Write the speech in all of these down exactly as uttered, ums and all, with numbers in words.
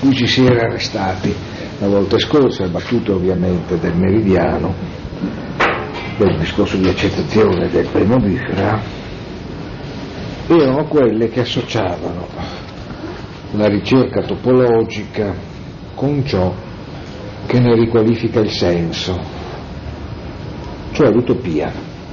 cui ci si era arrestati la volta scorsa, battute ovviamente del meridiano, del discorso di accettazione del premodifera, erano quelle che associavano la ricerca topologica con ciò che ne riqualifica il senso, cioè l'utopia.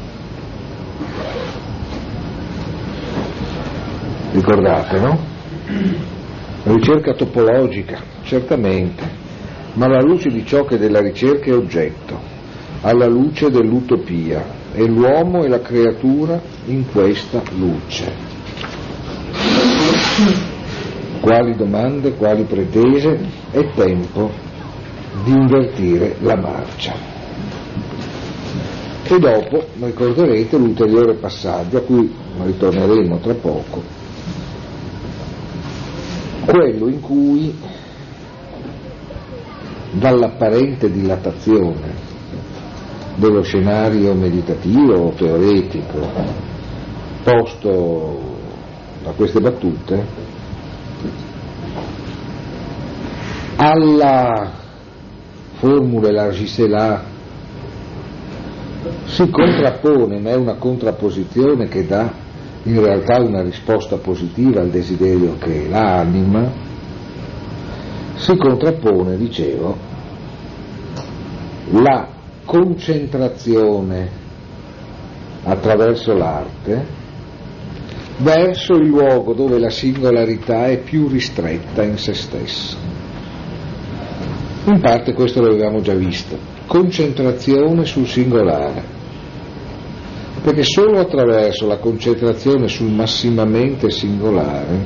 Ricordate, no? La ricerca topologica, certamente, ma alla luce di ciò che della ricerca è oggetto, alla luce dell'utopia, e l'uomo e la creatura in questa luce. Quali domande, quali pretese, è tempo di invertire la marcia. E dopo ricorderete l'ulteriore passaggio a cui ritorneremo tra poco, quello in cui dall'apparente dilatazione dello scenario meditativo o teoretico posto da queste battute alla formula élargissez-la si contrappone, ma è una contrapposizione che dà in realtà una risposta positiva al desiderio che l'anima, si contrappone, dicevo, la concentrazione attraverso l'arte verso il luogo dove la singolarità è più ristretta in se stessa. In parte questo l'avevamo già visto, concentrazione sul singolare, perché solo attraverso la concentrazione sul massimamente singolare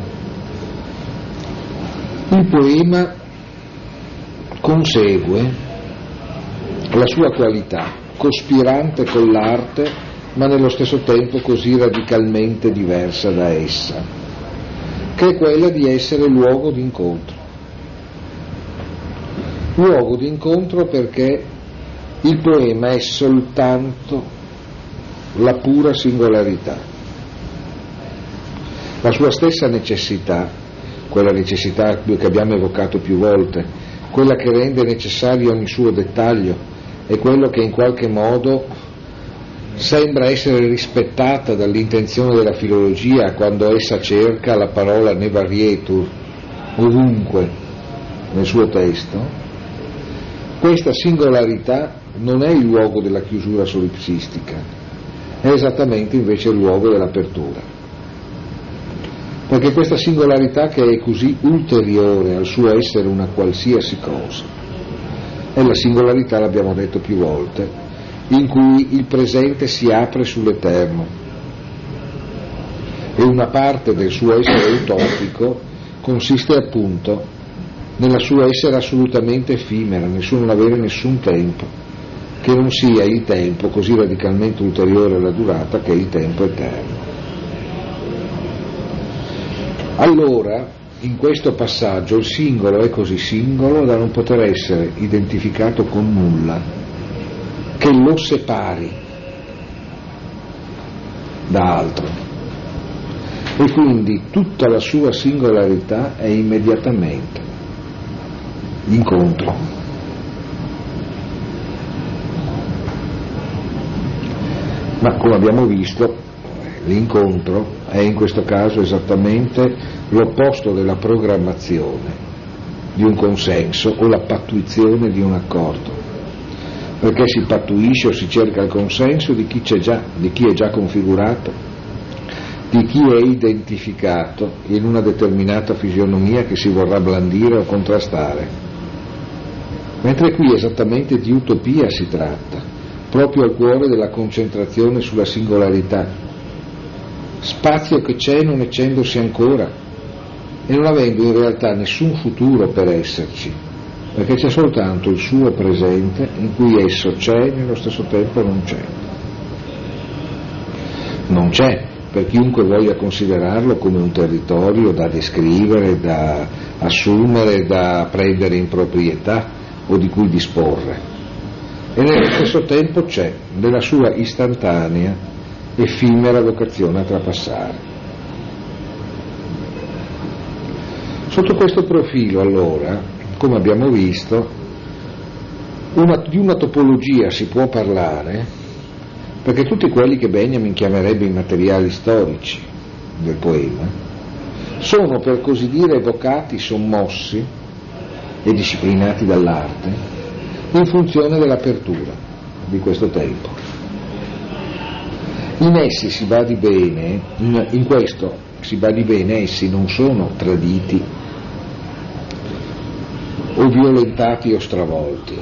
il poema consegue la sua qualità, cospirante con l'arte, ma nello stesso tempo così radicalmente diversa da essa, che è quella di essere luogo di incontro. Luogo di incontro perché il poema è soltanto la pura singolarità. La sua stessa necessità, quella necessità che abbiamo evocato più volte, quella che rende necessario ogni suo dettaglio, è quello che in qualche modo sembra essere rispettata dall'intenzione della filologia quando essa cerca la parola ne varietur ovunque nel suo testo. Questa singolarità non è il luogo della chiusura solipsistica, è esattamente invece il luogo dell'apertura, perché questa singolarità, che è così ulteriore al suo essere una qualsiasi cosa, è la singolarità, l'abbiamo detto più volte, in cui il presente si apre sull'eterno e una parte del suo essere utopico consiste appunto nella sua essere assolutamente effimera, nel suo non avere nessun tempo, che non sia il tempo così radicalmente ulteriore alla durata che è il tempo eterno. Allora, in questo passaggio il singolo è così singolo da non poter essere identificato con nulla che lo separi da altro, e quindi tutta la sua singolarità è immediatamente incontro. Ma come abbiamo visto, l'incontro è in questo caso esattamente l'opposto della programmazione di un consenso o la pattuizione di un accordo, perché si pattuisce o si cerca il consenso di chi c'è già, di chi è già configurato, di chi è identificato in una determinata fisionomia che si vorrà blandire o contrastare, mentre qui esattamente di utopia si tratta, proprio al cuore della concentrazione sulla singolarità, spazio che c'è non essendosi ancora e non avendo in realtà nessun futuro per esserci, perché c'è soltanto il suo presente in cui esso c'è e nello stesso tempo non c'è. Non c'è per chiunque voglia considerarlo come un territorio da descrivere, da assumere, da prendere in proprietà o di cui disporre, e nello stesso tempo c'è nella sua istantanea, effimera vocazione a trapassare. Sotto questo profilo, allora, come abbiamo visto, una, di una topologia si può parlare, perché tutti quelli che Benjamin chiamerebbe i materiali storici del poema sono, per così dire, evocati, sommossi e disciplinati dall'arte in funzione dell'apertura di questo tempo. In essi si badi bene, in, in questo si badi bene, essi non sono traditi o violentati o stravolti,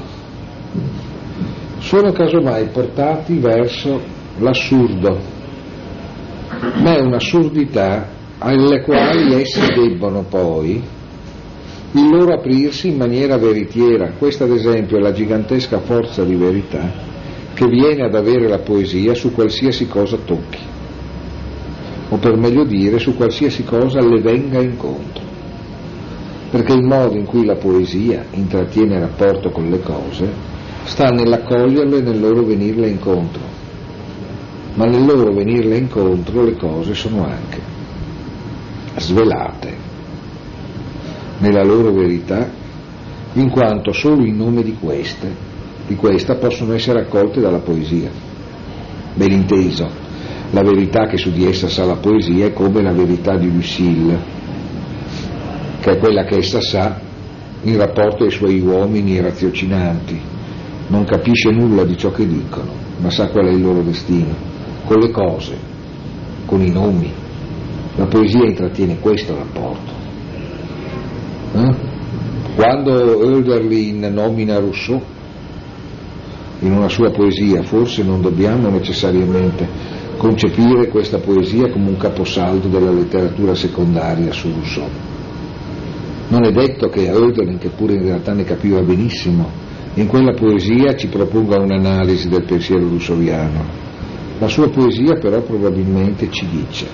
sono casomai portati verso l'assurdo, ma è un'assurdità alle quali essi debbono poi il loro aprirsi in maniera veritiera. Questa, ad esempio, è la gigantesca forza di verità che viene ad avere la poesia su qualsiasi cosa tocchi, o per meglio dire su qualsiasi cosa le venga incontro, perché il modo in cui la poesia intrattiene rapporto con le cose sta nell'accoglierle e nel loro venirle incontro, ma nel loro venirle incontro le cose sono anche svelate nella loro verità, in quanto solo in nome di queste, di questa possono essere accolte dalla poesia. Ben inteso, la verità che su di essa sa la poesia è come la verità di Lucille, che è quella che essa sa in rapporto ai suoi uomini raziocinanti. Non capisce nulla di ciò che dicono, ma sa qual è il loro destino, con le cose, con i nomi. La poesia intrattiene questo rapporto. Eh? Quando Hölderlin nomina Rousseau in una sua poesia, forse non dobbiamo necessariamente concepire questa poesia come un caposaldo della letteratura secondaria su Rousseau. Non è detto che Hölderlin, che pure in realtà ne capiva benissimo, in quella poesia ci proponga un'analisi del pensiero rousseauiano. La sua poesia però probabilmente ci dice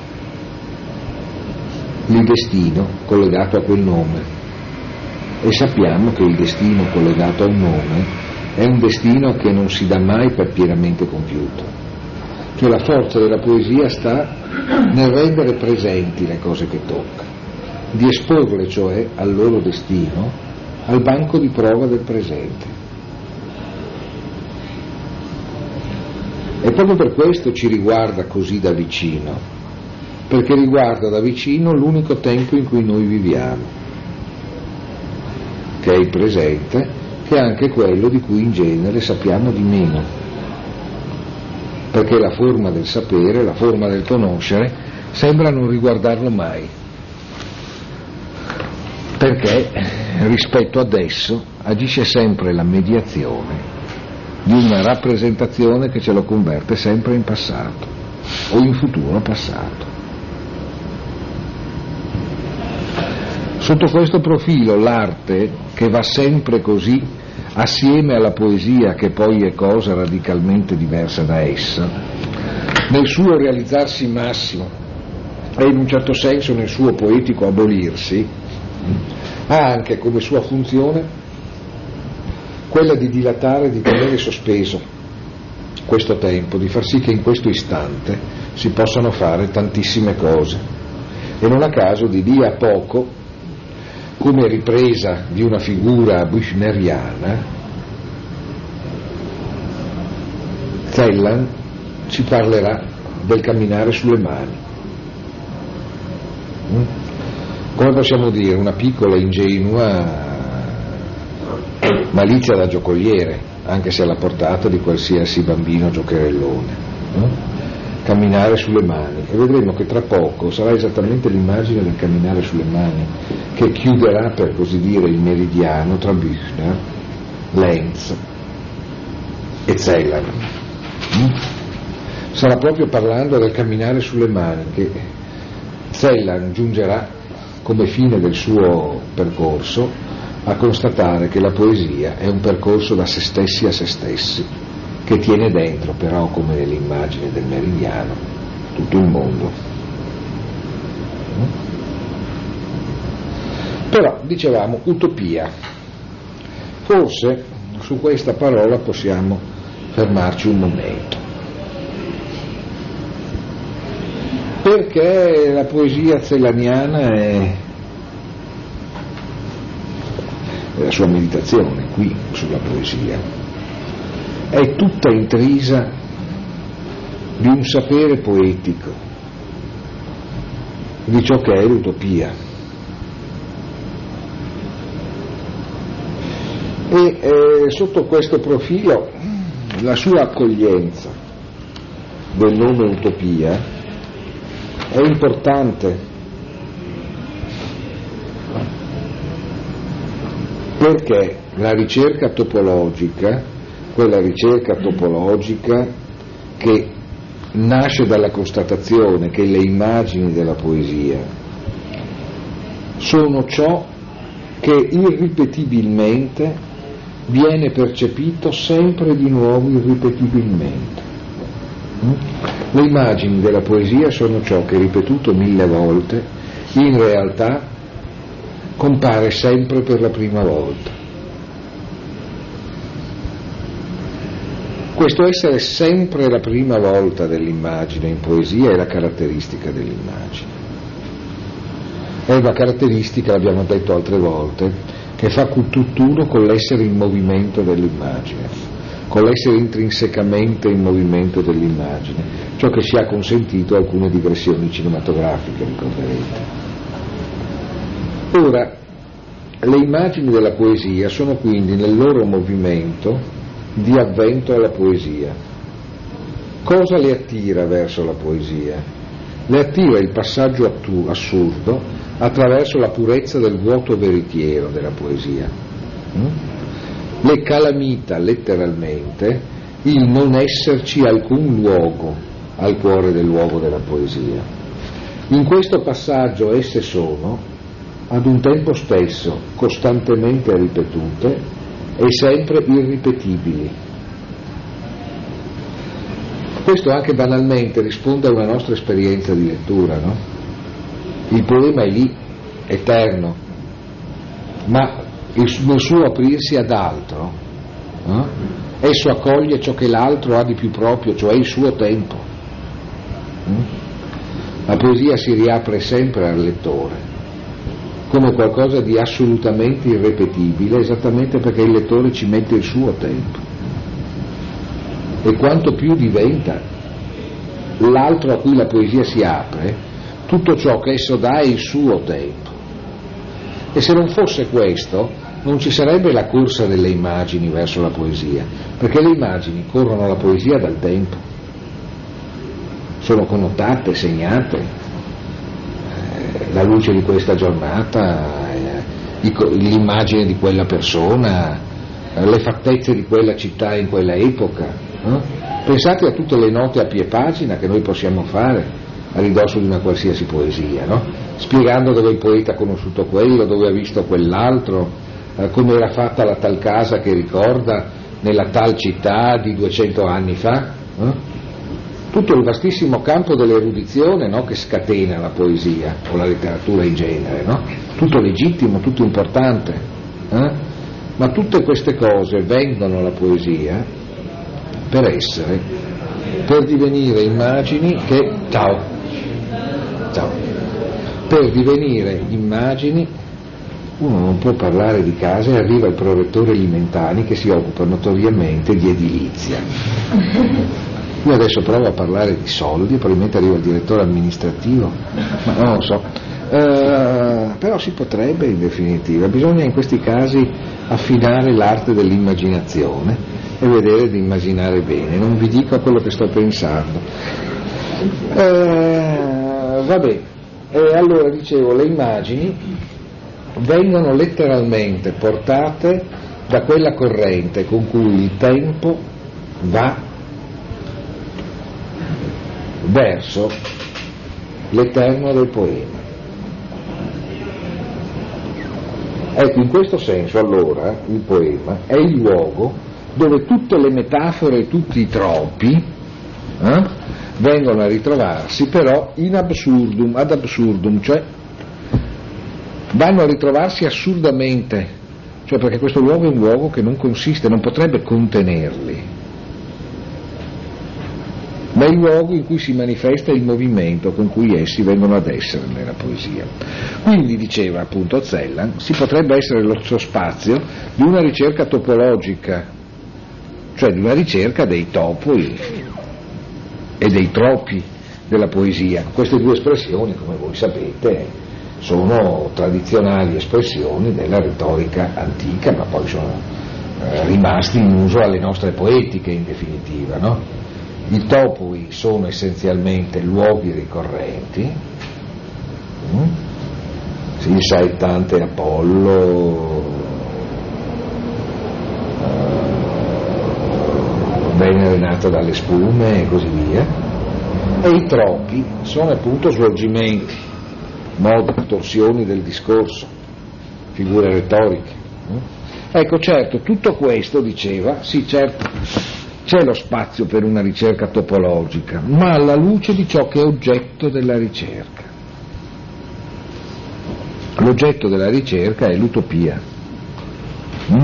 il destino collegato a quel nome, e sappiamo che il destino collegato a un nome è un destino che non si dà mai per pienamente compiuto. Cioè la forza della poesia sta nel rendere presenti le cose che tocca, di esporle cioè al loro destino al banco di prova del presente. E proprio per questo ci riguarda così da vicino, perché riguarda da vicino l'unico tempo in cui noi viviamo, che è il presente, che è anche quello di cui in genere sappiamo di meno, perché la forma del sapere, la forma del conoscere, sembra non riguardarlo mai, perché rispetto ad esso agisce sempre la mediazione di una rappresentazione che ce lo converte sempre in passato o in futuro passato. Sotto questo profilo l'arte, che va sempre così assieme alla poesia, che poi è cosa radicalmente diversa da essa, nel suo realizzarsi massimo e in un certo senso nel suo poetico abolirsi, ha anche come sua funzione quella di dilatare, di tenere sospeso questo tempo, di far sì che in questo istante si possano fare tantissime cose. E non a caso, di lì a poco, come ripresa di una figura büchneriana, Celan ci parlerà del camminare sulle mani. Come possiamo dire, una piccola ingenua malizia da giocoliere, anche se alla portata di qualsiasi bambino giocherellone. Camminare sulle mani, e vedremo che tra poco sarà esattamente l'immagine del camminare sulle mani che chiuderà, per così dire, il meridiano tra Büchner, Lenz e Celan. Sarà proprio parlando del camminare sulle mani che Celan giungerà come fine del suo percorso a constatare che la poesia è un percorso da se stessi a se stessi, che tiene dentro però, come nell'immagine del meridiano, tutto il mondo. Però, dicevamo, utopia. Forse su questa parola possiamo fermarci un momento, perché la poesia celaniana è la sua meditazione qui sulla poesia, è tutta intrisa di un sapere poetico, di ciò che è l'utopia. E eh, sotto questo profilo la sua accoglienza del nome utopia è importante, perché la ricerca topologica, quella ricerca topologica che nasce dalla constatazione che le immagini della poesia sono ciò che irripetibilmente viene percepito sempre di nuovo irripetibilmente. Le immagini della poesia sono ciò che, ripetuto mille volte, in realtà compare sempre per la prima volta. Questo essere sempre la prima volta dell'immagine in poesia è la caratteristica dell'immagine. È una caratteristica, l'abbiamo detto altre volte, che fa tutt'uno con l'essere in movimento dell'immagine, con l'essere intrinsecamente in movimento dell'immagine, ciò che ci ha consentito alcune digressioni cinematografiche, ricorderete. Ora, le immagini della poesia sono quindi nel loro movimento di avvento alla poesia. Cosa le attira verso la poesia? Le attira il passaggio attu- assurdo attraverso la purezza del vuoto veritiero della poesia. Mm? Le calamita letteralmente il non esserci alcun luogo al cuore del luogo della poesia. In questo passaggio esse sono, ad un tempo stesso, costantemente ripetute e sempre irripetibili. Questo anche banalmente risponde a una nostra esperienza di lettura, no? Il poema è lì, eterno, ma nel suo aprirsi ad altro, no? Esso accoglie ciò che l'altro ha di più proprio, cioè il suo tempo. La poesia si riapre sempre al lettore come qualcosa di assolutamente irripetibile, esattamente perché il lettore ci mette il suo tempo. E quanto più diventa l'altro a cui la poesia si apre, tutto ciò che esso dà è il suo tempo. E se non fosse questo, non ci sarebbe la corsa delle immagini verso la poesia, perché le immagini corrono alla poesia dal tempo, sono connotate, segnate. La luce di questa giornata, l'immagine di quella persona, le fattezze di quella città in quella epoca. No? Pensate a tutte le note a pie pagina che noi possiamo fare a ridosso di una qualsiasi poesia, no? Spiegando dove il poeta ha conosciuto quello, dove ha visto quell'altro, eh, come era fatta la tal casa che ricorda nella tal città di duecento anni fa. No? Tutto il vastissimo campo dell'erudizione, no, che scatena la poesia o la letteratura in genere, no? Tutto legittimo, tutto importante, eh? Ma tutte queste cose vengono alla poesia per essere, per divenire immagini che, ciao, ciao, per divenire immagini. Uno non può parlare di casa e arriva il prorettore Limentani che si occupa notoriamente di edilizia. Io adesso provo a parlare di soldi, probabilmente arriva il direttore amministrativo, ma non lo so. Eh, però si potrebbe in definitiva. Bisogna in questi casi affinare l'arte dell'immaginazione e vedere di immaginare bene. Non vi dico quello che sto pensando. Eh, vabbè, e allora dicevo, le immagini vengono letteralmente portate da quella corrente con cui il tempo va verso l'eterno del poema. Ecco, in questo senso allora il poema è il luogo dove tutte le metafore e tutti i troppi eh, vengono a ritrovarsi, però in absurdum, ad absurdum, cioè vanno a ritrovarsi assurdamente, cioè perché questo luogo è un luogo che non consiste, non potrebbe contenerli. ma è il luogo in cui si manifesta il movimento con cui essi vengono ad essere nella poesia. Quindi, diceva appunto Zellan, si potrebbe essere lo spazio di una ricerca topologica, cioè di una ricerca dei topoi e dei troppi della poesia. Queste due espressioni, come voi sapete, sono tradizionali espressioni della retorica antica, ma poi sono eh, rimasti in uso alle nostre poetiche in definitiva, no? I topoi sono essenzialmente luoghi ricorrenti, mm? Sì, saettante Apollo, eh, Venere nata dalle spume e così via, e i troppi sono appunto svolgimenti, modi, torsioni del discorso, figure retoriche. Ecco, certo, tutto questo, diceva, sì, certo, c'è lo spazio per una ricerca topologica, ma alla luce di ciò che è oggetto della ricerca. L'oggetto della ricerca è l'utopia. Mm?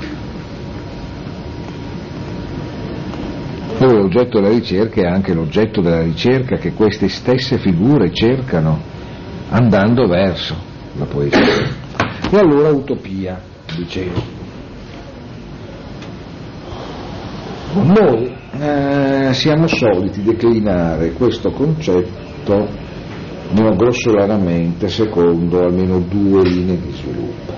Poi l'oggetto della ricerca è anche l'oggetto della ricerca che queste stesse figure cercano andando verso la poesia. E allora utopia, dicevo. Noi eh, siamo soliti declinare questo concetto grossolanamente secondo almeno due linee di sviluppo.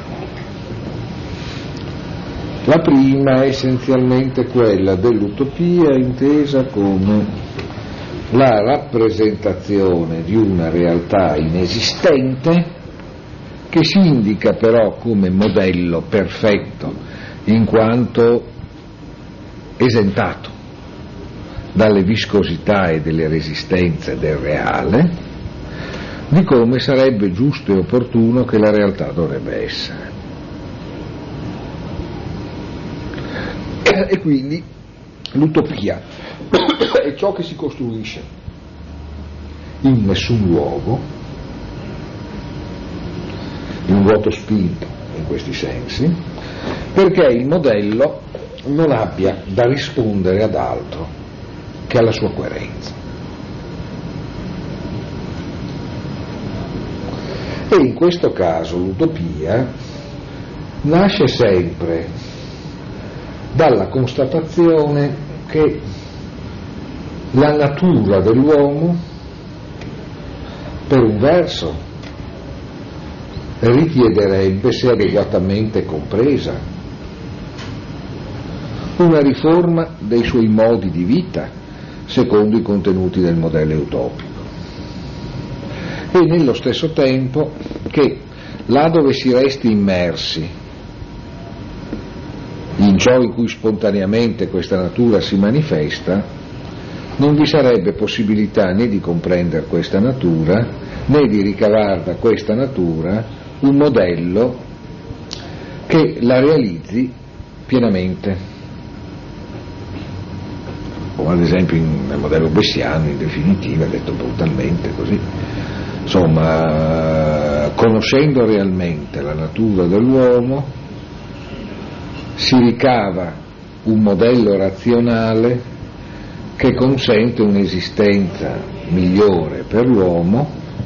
La prima è essenzialmente quella dell'utopia intesa come la rappresentazione di una realtà inesistente che si indica però come modello perfetto in quanto esentato dalle viscosità e delle resistenze del reale, di come sarebbe giusto e opportuno che la realtà dovrebbe essere. E quindi l'utopia è ciò che si costruisce in nessun luogo, in un vuoto spinto in questi sensi, perché il modello non abbia da rispondere ad altro che alla sua coerenza. E in questo caso l'utopia nasce sempre dalla constatazione che la natura dell'uomo, per un verso, richiederebbe, se adeguatamente compresa, una riforma dei suoi modi di vita secondo i contenuti del modello utopico, e nello stesso tempo che là dove si resti immersi in ciò in cui spontaneamente questa natura si manifesta, non vi sarebbe possibilità né di comprendere questa natura né di ricavare da questa natura un modello che la realizzi pienamente, come ad esempio nel modello Bessiano, in definitiva, detto brutalmente così. Insomma, conoscendo realmente la natura dell'uomo si ricava un modello razionale che consente un'esistenza migliore per l'uomo,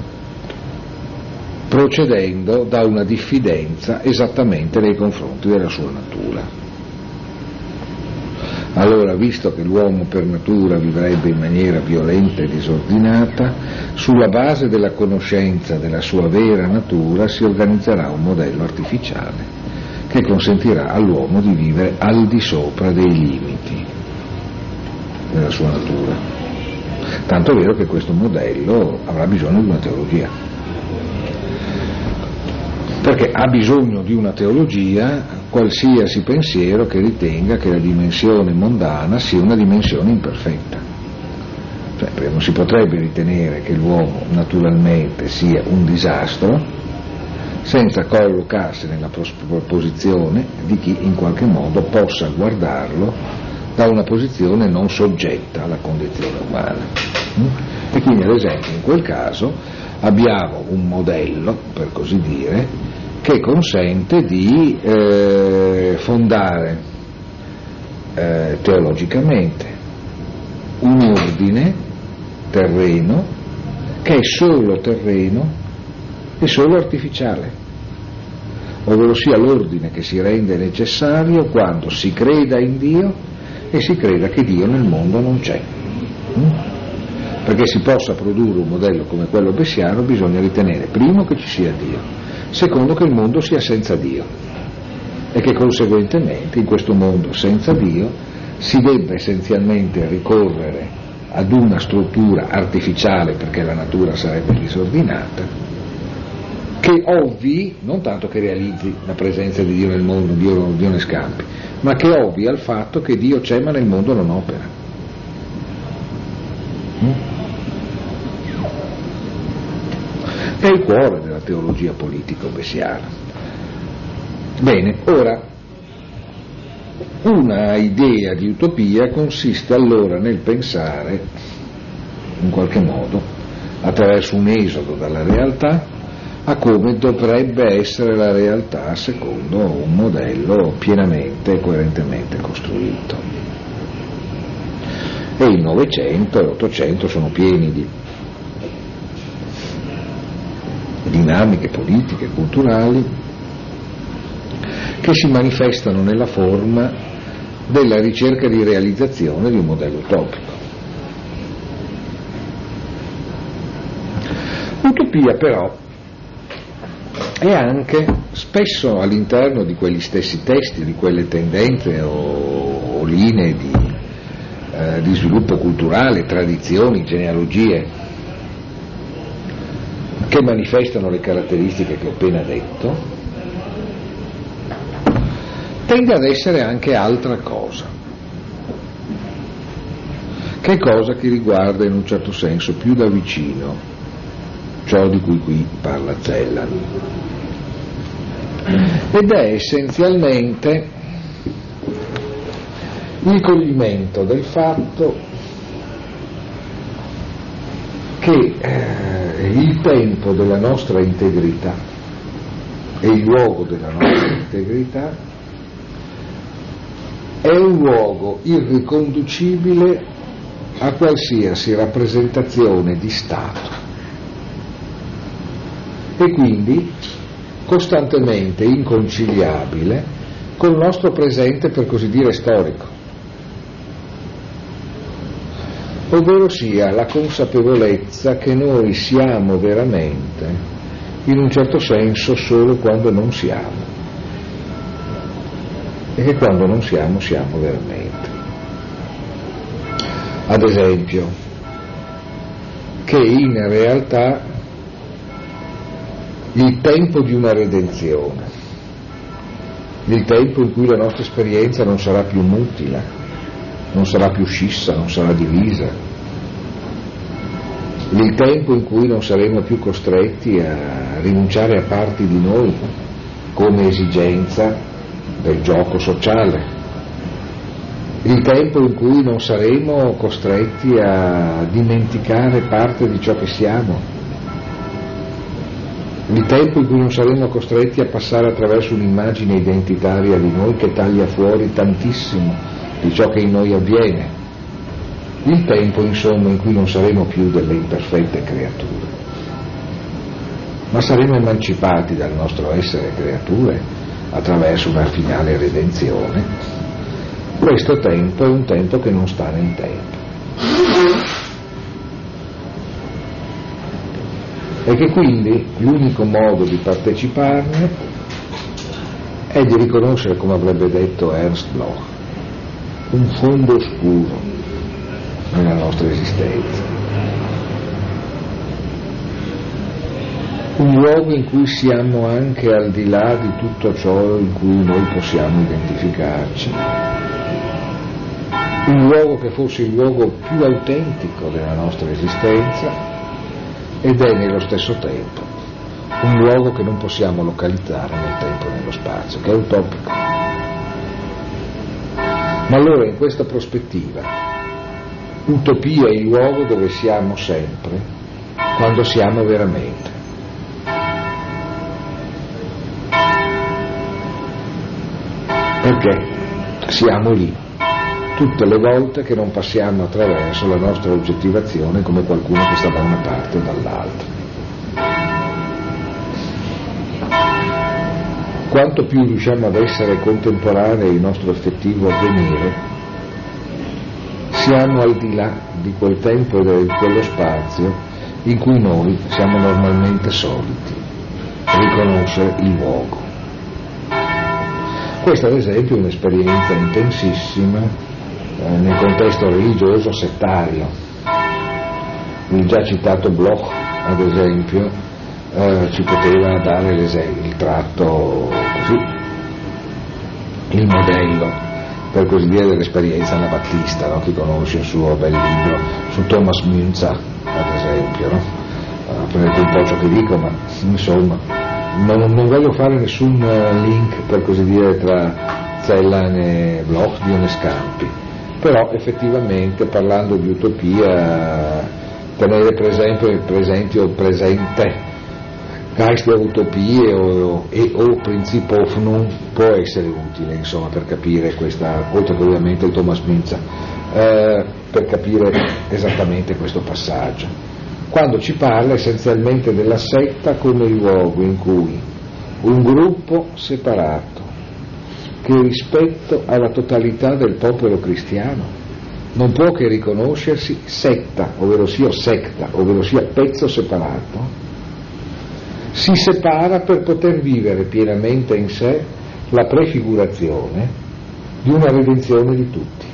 procedendo da una diffidenza esattamente nei confronti della sua natura. Allora, visto che l'uomo per natura vivrebbe in maniera violenta e disordinata, sulla base della conoscenza della sua vera natura si organizzerà un modello artificiale che consentirà all'uomo di vivere al di sopra dei limiti della sua natura. Tanto è vero che questo modello avrà bisogno di una teologia, perché ha bisogno di una teologia qualsiasi pensiero che ritenga che la dimensione mondana sia una dimensione imperfetta. Cioè, perché non si potrebbe ritenere che l'uomo naturalmente sia un disastro senza collocarsi nella posizione di chi in qualche modo possa guardarlo da una posizione non soggetta alla condizione umana. E quindi, ad esempio, in quel caso abbiamo un modello, per così dire, che consente di eh, fondare eh, teologicamente un'idea ordine terreno che è solo terreno e solo artificiale, ovvero sia l'ordine che si rende necessario quando si creda in Dio e si creda che Dio nel mondo non c'è. Perché si possa produrre un modello come quello bessiano bisogna ritenere primo che ci sia Dio, secondo che il mondo sia senza Dio e che conseguentemente in questo mondo senza Dio si debba essenzialmente ricorrere ad una struttura artificiale, perché la natura sarebbe disordinata, che ovvi, non tanto che realizzi la presenza di Dio nel mondo, Dio, Dio ne scampi, ma che ovvi al fatto che Dio c'è ma nel mondo non opera. È il cuore della teologia politico-bessiana. Bene, ora, una idea di utopia consiste allora nel pensare, in qualche modo, attraverso un esodo dalla realtà, a come dovrebbe essere la realtà secondo un modello pienamente e coerentemente costruito. E il Novecento e l'Ottocento sono pieni di dinamiche politiche e culturali che si manifestano nella forma della ricerca di realizzazione di un modello utopico. L'utopia però è anche spesso all'interno di quegli stessi testi, di quelle tendenze o, o linee di, eh, di sviluppo culturale, tradizioni, genealogie che manifestano le caratteristiche che ho appena detto, tende ad essere anche altra cosa, che è cosa che riguarda in un certo senso più da vicino ciò di cui qui parla Zellan, ed è essenzialmente il coglimento del fatto che eh, il tempo della nostra integrità e il luogo della nostra integrità è un luogo irriconducibile a qualsiasi rappresentazione di Stato e quindi costantemente inconciliabile col nostro presente, per così dire, storico, ovvero sia la consapevolezza che noi siamo veramente, in un certo senso, solo quando non siamo, e che quando non siamo, siamo veramente. Ad esempio, che in realtà il tempo di una redenzione, il tempo in cui la nostra esperienza non sarà più mutila, non sarà più scissa, non sarà divisa, il tempo in cui non saremo più costretti a rinunciare a parti di noi come esigenza del gioco sociale, il tempo in cui non saremo costretti a dimenticare parte di ciò che siamo, il tempo in cui non saremo costretti a passare attraverso un'immagine identitaria di noi che taglia fuori tantissimo di ciò che in noi avviene, il tempo insomma in cui non saremo più delle imperfette creature, ma saremo emancipati dal nostro essere creature attraverso una finale redenzione. Questo tempo è un tempo che non sta nel tempo e che quindi l'unico modo di parteciparne è di riconoscere, come avrebbe detto Ernst Bloch, un fondo oscuro nella nostra esistenza, un luogo in cui siamo anche al di là di tutto ciò in cui noi possiamo identificarci, un luogo che fosse il luogo più autentico della nostra esistenza ed è nello stesso tempo un luogo che non possiamo localizzare nel tempo e nello spazio, che è utopico. Ma allora in questa prospettiva utopia è il luogo dove siamo sempre quando siamo veramente. Perché siamo lì tutte le volte che non passiamo attraverso la nostra oggettivazione come qualcuno che sta da una parte o dall'altra. Quanto più riusciamo ad essere contemporanei il nostro effettivo avvenire, siamo al di là di quel tempo e di quello spazio in cui noi siamo normalmente soliti riconoscere il luogo. Questa ad esempio è un'esperienza intensissima eh, nel contesto religioso settario. Il già citato Bloch ad esempio eh, ci poteva dare il tratto così, il modello per così dire dell'esperienza anabattista, no? Chi conosce il suo bel libro su Thomas Münzer ad esempio, no? uh, prendete un po' ciò che dico, ma insomma non, non voglio fare nessun link per così dire tra Zellan e Bloch di Onescampi, però effettivamente parlando di utopia tenere presente, presente o presente Geist der Utopie o, e, o Principio Hoffnung può essere utile insomma per capire questa, oltre che ovviamente il Thomas Münzer, eh, per capire esattamente questo passaggio, quando ci parla essenzialmente della setta come il luogo in cui un gruppo separato che rispetto alla totalità del popolo cristiano non può che riconoscersi setta, ovvero sia secta, ovvero sia pezzo separato, si separa per poter vivere pienamente in sé la prefigurazione di una redenzione di tutti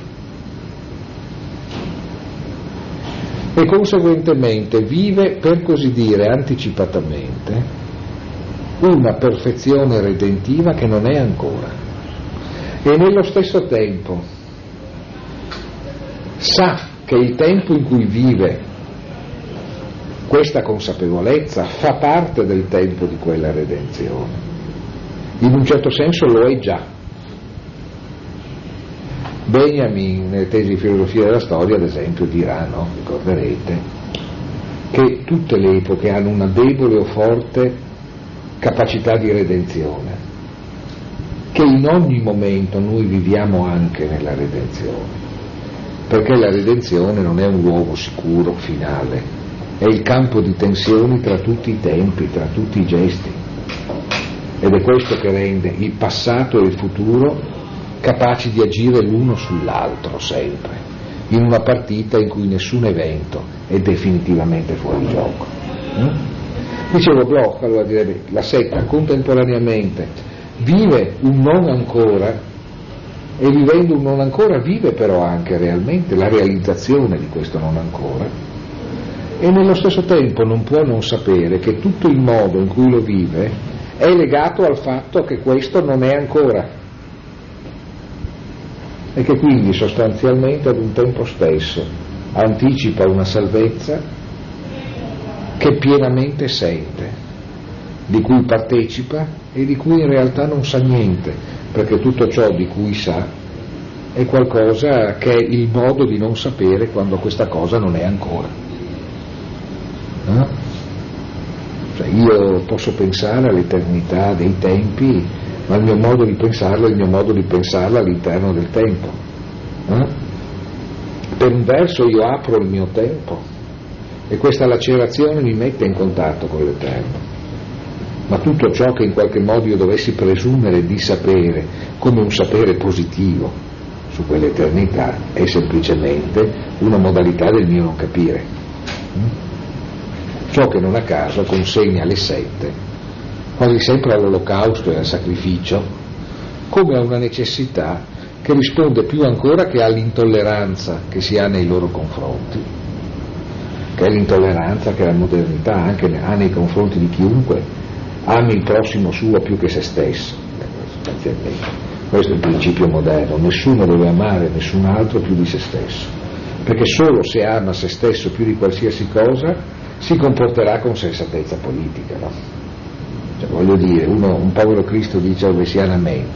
e conseguentemente vive per così dire anticipatamente una perfezione redentiva che non è ancora, e nello stesso tempo sa che il tempo in cui vive questa consapevolezza fa parte del tempo di quella redenzione, in un certo senso lo è già. Benjamin nelle tesi di filosofia della storia ad esempio dirà, no? Ricorderete che tutte le epoche hanno una debole o forte capacità di redenzione, che in ogni momento noi viviamo anche nella redenzione, perché la redenzione non è un luogo sicuro, finale, è il campo di tensioni tra tutti i tempi, tra tutti i gesti, ed è questo che rende il passato e il futuro capaci di agire l'uno sull'altro sempre, in una partita in cui nessun evento è definitivamente fuori gioco. Mm? Dicevo, Bloch allora direbbe la setta contemporaneamente vive un non ancora, e vivendo un non ancora vive però anche realmente la realizzazione di questo non ancora, e nello stesso tempo non può non sapere che tutto il modo in cui lo vive è legato al fatto che questo non è ancora, e che quindi sostanzialmente ad un tempo stesso anticipa una salvezza che pienamente sente, di cui partecipa e di cui in realtà non sa niente, perché tutto ciò di cui sa è qualcosa che è il modo di non sapere quando questa cosa non è ancora. Eh? Cioè io posso pensare all'eternità dei tempi, ma il mio modo di pensarlo è il mio modo di pensarla all'interno del tempo. Eh? Per un verso io apro il mio tempo e questa lacerazione mi mette in contatto con l'Eterno, ma tutto ciò che in qualche modo io dovessi presumere di sapere come un sapere positivo su quell'eternità è semplicemente una modalità del mio non capire. Mm? Ciò che non a caso consegna le sette quasi sempre all'olocausto e al sacrificio come a una necessità che risponde più ancora che all'intolleranza che si ha nei loro confronti, che è l'intolleranza che la modernità anche ha nei confronti di chiunque ami il prossimo suo più che se stesso. Sostanzialmente questo è il principio moderno: nessuno deve amare nessun altro più di se stesso, perché solo se ama se stesso più di qualsiasi cosa si comporterà con sensatezza politica, no? Cioè, voglio dire, uno, un povero Cristo dice ovesianamente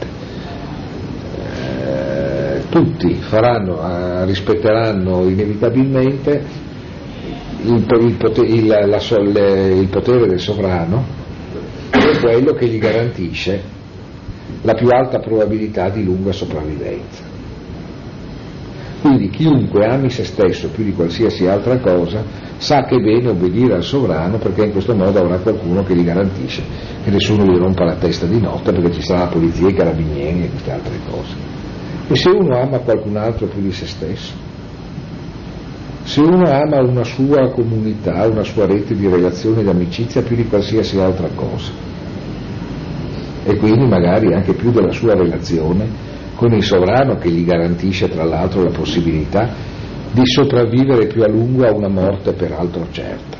eh, tutti faranno, eh, rispetteranno inevitabilmente il, il, potere, il, la, la, il potere del sovrano, che è quello che gli garantisce la più alta probabilità di lunga sopravvivenza. Quindi chiunque ami se stesso più di qualsiasi altra cosa sa che è bene obbedire al sovrano, perché in questo modo avrà qualcuno che gli garantisce che nessuno gli rompa la testa di notte, perché ci sarà la polizia, i carabinieri e queste altre cose. E se uno ama qualcun altro più di se stesso, se uno ama una sua comunità, una sua rete di relazioni e di amicizia più di qualsiasi altra cosa, e quindi magari anche più della sua relazione con il sovrano, che gli garantisce tra l'altro la possibilità di sopravvivere più a lungo a una morte peraltro certa,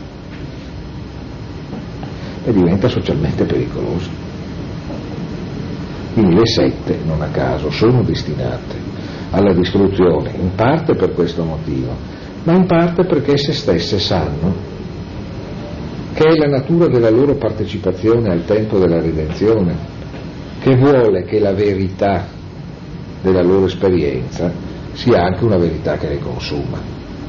e diventa socialmente pericoloso. Quindi le sette, non a caso, sono destinate alla distruzione, in parte per questo motivo, ma in parte perché esse stesse sanno che è la natura della loro partecipazione al tempo della redenzione che vuole che la verità della loro esperienza sia anche una verità che le consuma.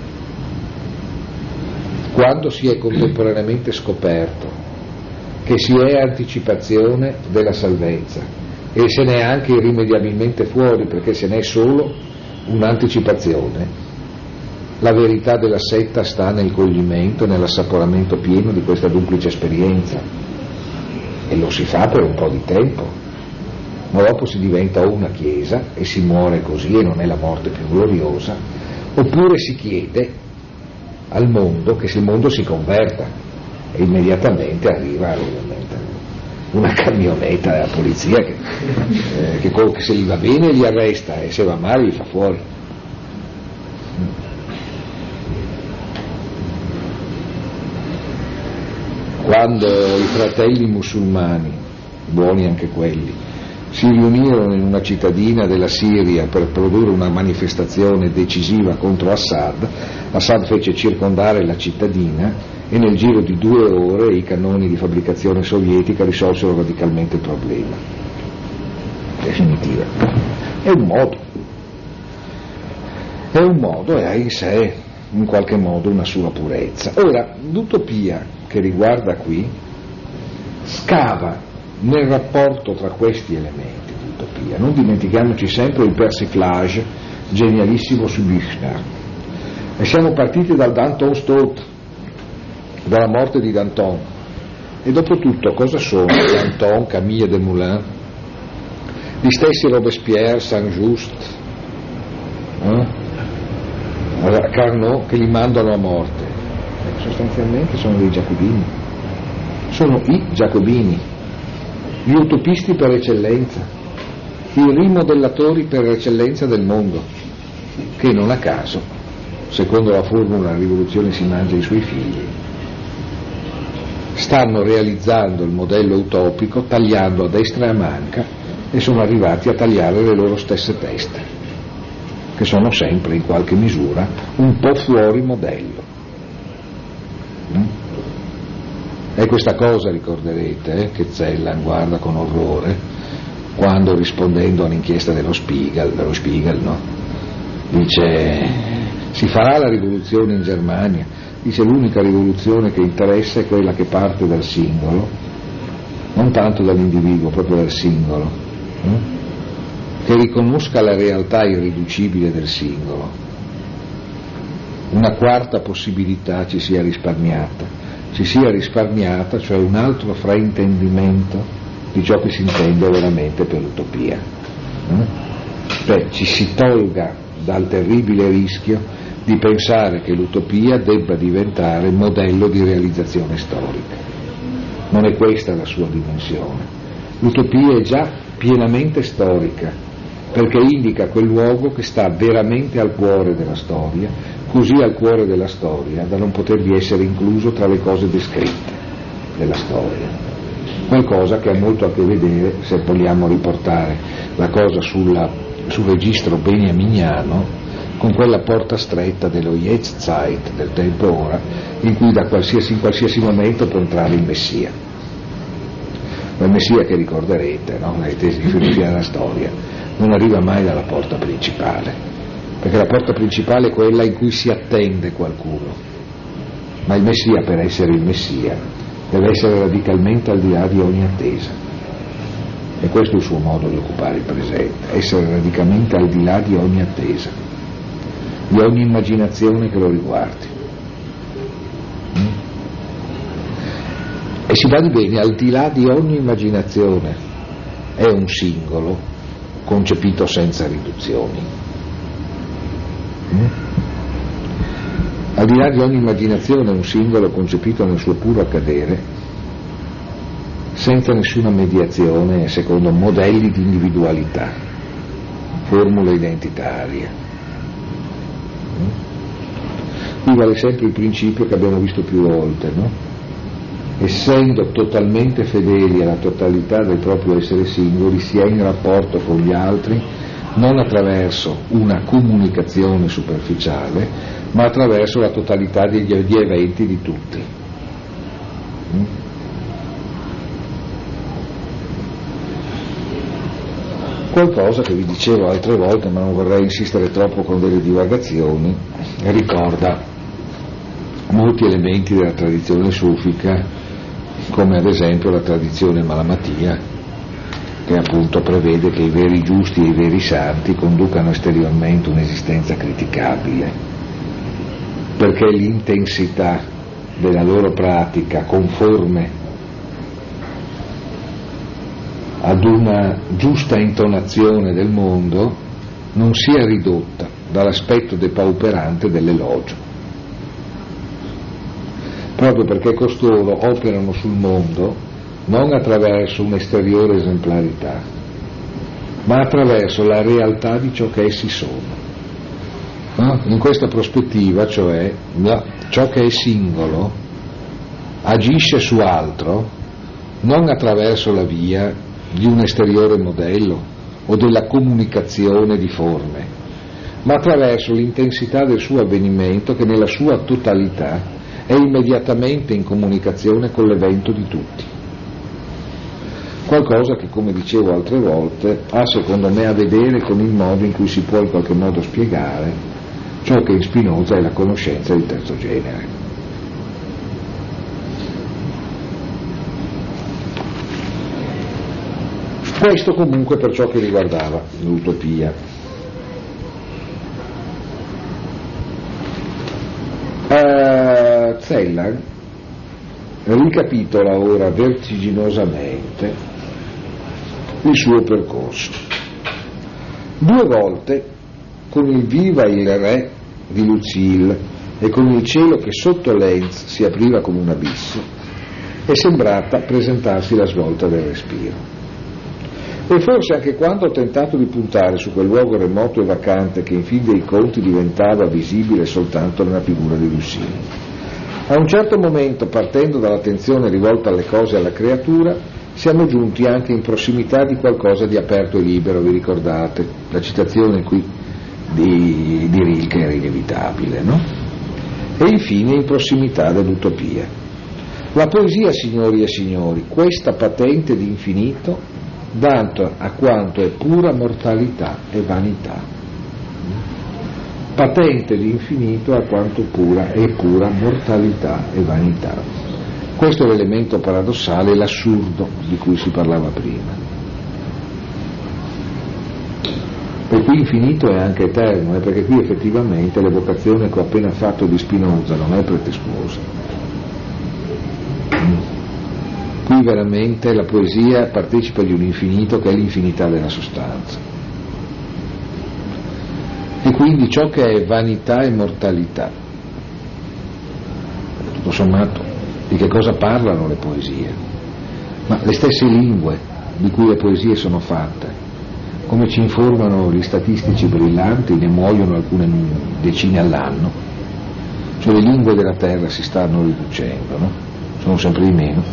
Quando si è contemporaneamente scoperto che si è anticipazione della salvezza e se ne è anche irrimediabilmente fuori, perché se ne è solo un'anticipazione, la verità della setta sta nel coglimento e nell'assaporamento pieno di questa duplice esperienza, e lo si fa per un po' di tempo, ma dopo si diventa una chiesa e si muore così, e non è la morte più gloriosa. Oppure si chiede al mondo che il mondo si converta, e immediatamente arriva ovviamente una camionetta della polizia che, eh, che, che se gli va bene li arresta e se va male li fa fuori. Quando i fratelli musulmani, buoni anche quelli, si riunirono in una cittadina della Siria per produrre una manifestazione decisiva contro Assad, Assad fece circondare la cittadina e nel giro di due ore i cannoni di fabbricazione sovietica risolsero radicalmente il problema. Definitiva. È un modo. È un modo e ha in sé in qualche modo una sua purezza. Ora, l'utopia che riguarda qui scava nel rapporto tra questi elementi di utopia. Non dimentichiamoci sempre il persiflage genialissimo su Büchner, e siamo partiti dal Danton Stott, dalla morte di Danton, e dopo tutto cosa sono Danton, Camille Desmoulins, gli stessi Robespierre, Saint-Just, eh? Carnot, che li mandano a morte? Eh, sostanzialmente sono dei giacobini, sono i giacobini, gli utopisti per eccellenza, i rimodellatori per eccellenza del mondo, che non a caso, secondo la formula "la rivoluzione si mangia i suoi figli", stanno realizzando il modello utopico, tagliando a destra e a manca, e sono arrivati a tagliare le loro stesse teste, che sono sempre in qualche misura un po' fuori modello. Mm? È questa cosa, ricorderete, eh, che Zellan guarda con orrore quando, rispondendo all'inchiesta dello Spiegel, dello Spiegel no? dice: si farà la rivoluzione in Germania, dice l'unica rivoluzione che interessa è quella che parte dal singolo, non tanto dall'individuo, proprio dal singolo, eh? che riconosca la realtà irriducibile del singolo. Una quarta possibilità ci sia risparmiata, ci sia risparmiata, cioè un altro fraintendimento di ciò che si intende veramente per l'utopia. Beh, ci si tolga dal terribile rischio di pensare che l'utopia debba diventare modello di realizzazione storica. Non è questa la sua dimensione. L'utopia è già pienamente storica, perché indica quel luogo che sta veramente al cuore della storia, così al cuore della storia da non potervi essere incluso tra le cose descritte della storia. Qualcosa che ha molto a che vedere, se vogliamo riportare la cosa sulla, sul registro beniaminiano, con quella porta stretta dello Jetztzeit, del tempo ora, in cui da qualsiasi, in qualsiasi momento può entrare il Messia. Il Messia che ricorderete, no? Nelle tesi di filosofia della storia, non arriva mai dalla porta principale, perché la porta principale è quella in cui si attende qualcuno, ma il Messia, per essere il Messia, deve essere radicalmente al di là di ogni attesa, e questo è il suo modo di occupare il presente, essere radicalmente al di là di ogni attesa. di ogni immaginazione che lo riguardi. E si badi bene, al di là di ogni immaginazione è un singolo concepito senza riduzioni. Al di là di ogni immaginazione è un singolo concepito nel suo puro accadere, senza nessuna mediazione, secondo modelli di individualità, formule identitarie. Qui vale sempre il principio che abbiamo visto più volte, no? Essendo totalmente fedeli alla totalità del proprio essere singoli, si è in rapporto con gli altri non attraverso una comunicazione superficiale, ma attraverso la totalità degli eventi di tutti. Qualcosa che vi dicevo altre volte, ma non vorrei insistere troppo con delle divagazioni, ricorda molti elementi della tradizione sufica, come ad esempio la tradizione Malamatia, che appunto prevede che i veri giusti e i veri santi conducano esteriormente un'esistenza criticabile, perché l'intensità della loro pratica conforme ad una giusta intonazione del mondo non sia ridotta dall'aspetto depauperante dell'elogio, proprio perché costoro operano sul mondo non attraverso un'esteriore esemplarità, ma attraverso la realtà di ciò che essi sono. No? In questa prospettiva, cioè, ciò che è singolo agisce su altro non attraverso la via di un esteriore modello o della comunicazione di forme, ma attraverso l'intensità del suo avvenimento che nella sua totalità è immediatamente in comunicazione con l'evento di tutti. Qualcosa che, come dicevo altre volte, ha secondo me a vedere con il modo in cui si può in qualche modo spiegare ciò che in Spinoza è la conoscenza di terzo genere. Questo comunque per ciò che riguardava l'utopia. Uh, Zellan ricapitola ora vertiginosamente il suo percorso. Due volte, con il Viva il Re di Lucille e con il cielo che sotto Lenz si apriva come un abisso, è sembrata presentarsi la svolta del respiro. E forse anche quando ho tentato di puntare su quel luogo remoto e vacante che in fin dei conti diventava visibile soltanto nella figura di Lucille. A un certo momento, partendo dall'attenzione rivolta alle cose e alla creatura, siamo giunti anche in prossimità di qualcosa di aperto e libero, vi ricordate? La citazione qui di, di Rilke era inevitabile, no? E infine in prossimità dell'utopia. La poesia, signori e signori, questa patente di infinito, dato a quanto è pura mortalità e vanità. Patente di infinito a quanto pura è pura mortalità e vanità. Questo è l'elemento paradossale, l'assurdo di cui si parlava prima. E qui infinito è anche eterno, eh, perché qui effettivamente l'evocazione che ho appena fatto di Spinoza non è pretestuosa. Qui veramente la poesia partecipa di un infinito che è l'infinità della sostanza. E quindi ciò che è vanità e mortalità, tutto sommato, di che cosa parlano le poesie? Ma le stesse lingue di cui le poesie sono fatte, come ci informano gli statistici brillanti, ne muoiono alcune decine all'anno, cioè le lingue della terra si stanno riducendo, no? Sono sempre di meno.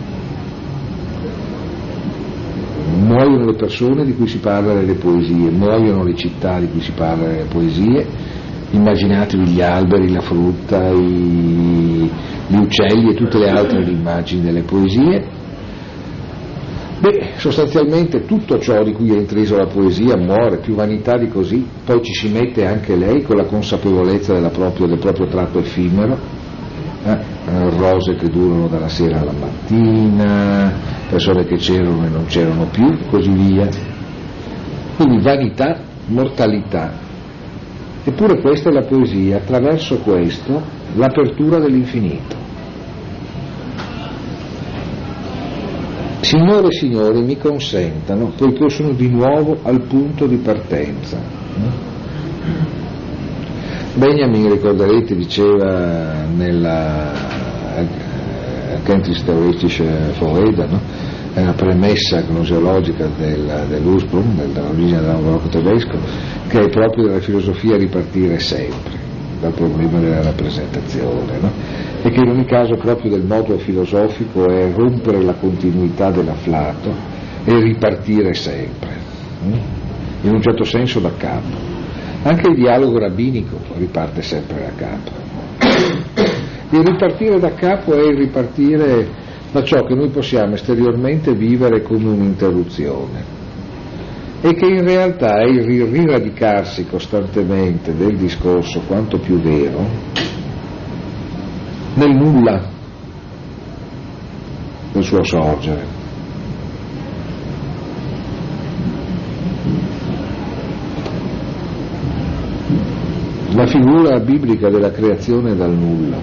Muoiono le persone di cui si parla nelle poesie, muoiono le città di cui si parla nelle poesie, immaginatevi gli alberi, la frutta, i, gli uccelli e tutte le altre immagini delle poesie. Beh, sostanzialmente tutto ciò di cui è intriso la poesia muore, più vanità di così, poi ci si mette anche lei con la consapevolezza della proprio, del proprio tratto effimero, eh? Rose che durano dalla sera alla mattina, persone che c'erano e non c'erano più, così via. Quindi vanità, mortalità Eppure questa è la poesia, attraverso questo l'apertura dell'infinito. Signore e signori, mi consentano, poiché sono di nuovo al punto di partenza. Benjamin, ricorderete, diceva nella Kenntnis theoretische Vorrede, no? È una premessa gnoseologica del, dell'Ursprung, dell'origine del barocco tedesco, che è proprio della filosofia ripartire sempre dal problema della rappresentazione, no? E che in ogni caso proprio del modo filosofico è rompere la continuità dell'afflato e ripartire sempre, in un certo senso da capo. Anche il dialogo rabbinico riparte sempre da capo. Il ripartire da capo è il ripartire da ciò che noi possiamo esteriormente vivere come un'interruzione e che in realtà è il riradicarsi costantemente del discorso quanto più vero nel nulla del suo sorgere. La figura biblica della creazione dal nulla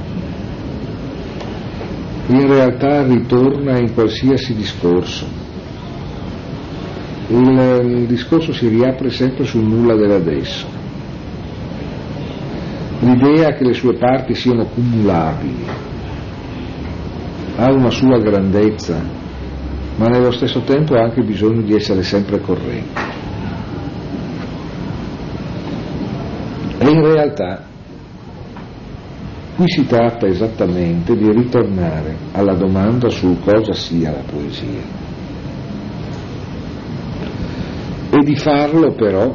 in realtà ritorna in qualsiasi discorso. Il, il discorso si riapre sempre sul nulla dell'adesso. L'idea che le sue parti siano cumulabili ha una sua grandezza, ma nello stesso tempo ha anche bisogno di essere sempre corrente. E in realtà qui si tratta esattamente di ritornare alla domanda su cosa sia la poesia e di farlo però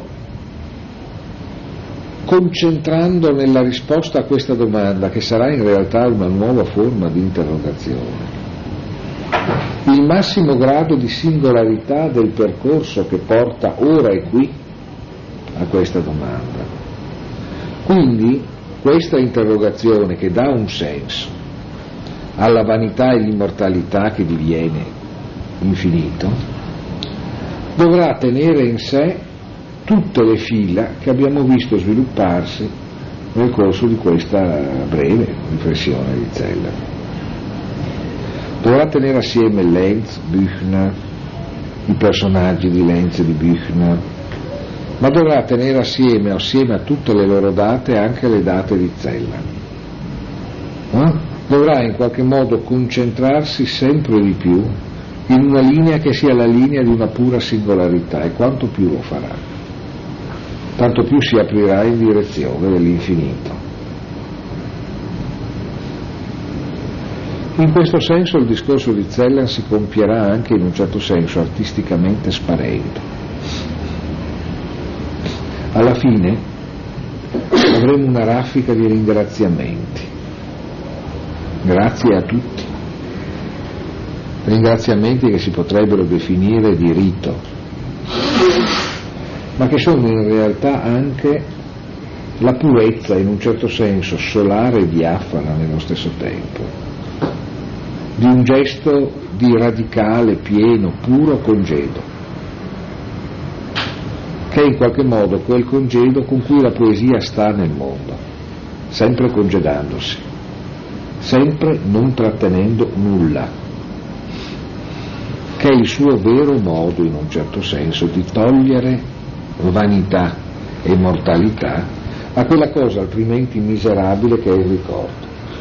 concentrando nella risposta a questa domanda, che sarà in realtà una nuova forma di interrogazione, il massimo grado di singolarità del percorso che porta ora e qui a questa domanda. Quindi questa interrogazione che dà un senso alla vanità e all'immortalità che diviene infinito dovrà tenere in sé tutte le fila che abbiamo visto svilupparsi nel corso di questa breve riflessione di Zeller. Dovrà tenere assieme Lenz, Büchner, i personaggi di Lenz e di Büchner, ma dovrà tenere assieme, assieme a tutte le loro date, anche le date di Zeller. Eh? Dovrà in qualche modo concentrarsi sempre di più in una linea che sia la linea di una pura singolarità, e quanto più lo farà, tanto più si aprirà in direzione dell'infinito. In questo senso il discorso di Zeller si compierà anche in un certo senso artisticamente sparendo. Alla fine avremo una raffica di ringraziamenti, grazie a tutti, ringraziamenti che si potrebbero definire di rito, ma che sono in realtà anche la purezza, in un certo senso solare e diafana nello stesso tempo, di un gesto di radicale, pieno, puro congedo, che è in qualche modo quel congedo con cui la poesia sta nel mondo, sempre congedandosi, sempre non trattenendo nulla, che è il suo vero modo, in un certo senso, di togliere vanità e mortalità a quella cosa altrimenti miserabile che è il ricordo.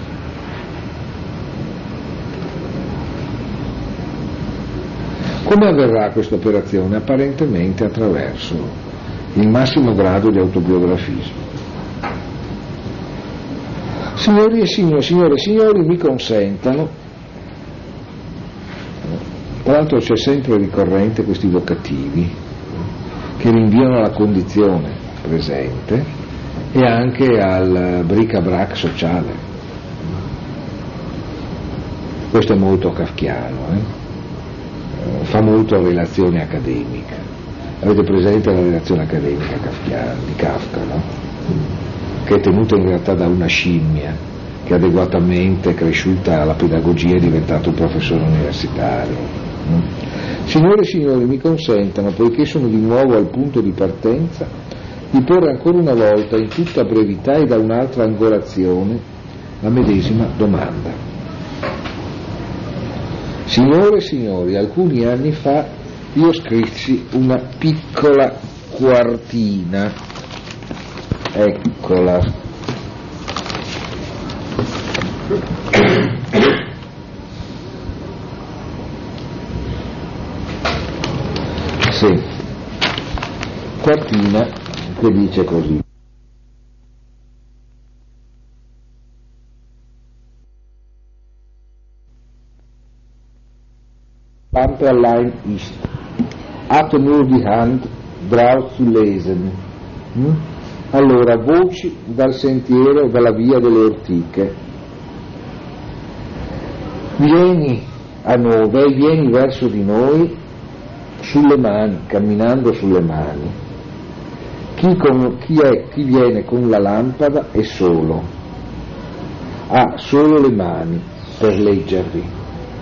Come avverrà questa operazione? Apparentemente attraverso il massimo grado di autobiografismo. Signori e signori, signore e signori, mi consentano, tra l'altro c'è sempre ricorrente questi vocativi che rinviano alla condizione presente e anche al bric-a-brac sociale. Questo è molto kafkiano, eh? Fa molto relazione accademica. Avete presente la relazione accademica kafkiana, di Kafka, no? Che è tenuta in realtà da una scimmia che adeguatamente cresciuta alla pedagogia è diventato un professore universitario. Signore e signori, mi consentano, poiché sono di nuovo al punto di partenza, di porre ancora una volta, in tutta brevità e da un'altra angolazione, la medesima domanda. Signore e signori, alcuni anni fa io scrissi una piccola quartina, eccola, sì, quartina che dice così: Lampe allein ist, hatte nur die Hand drauf zu lesen. Hm? Allora, voci dal sentiero, dalla via delle ortiche. Vieni a noi, vieni verso di noi sulle mani, camminando sulle mani. Chi, con, chi è, chi viene con la lampada è solo, ha solo le mani per leggervi.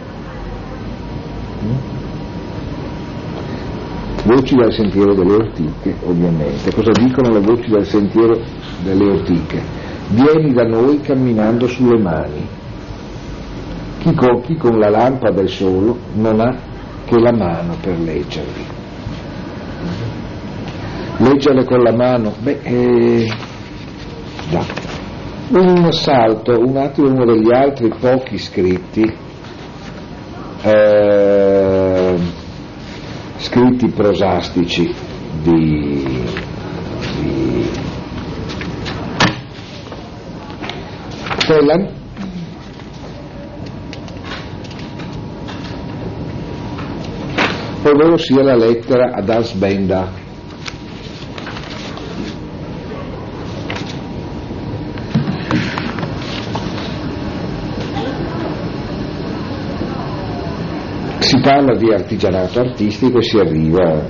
Voci dal sentiero delle ortiche, ovviamente. Cosa dicono le voci dal sentiero delle ortiche? Vieni da noi camminando sulle mani. Chi con, chi con la lampada è solo non ha che la mano per leggervi. Leggerle con la mano, beh, eh, già. Un salto, un attimo, uno degli altri pochi scritti, eh, scritti prosastici di, di Phelan, ovvero sia la lettera ad Asbenda. Si parla di artigianato artistico e si arriva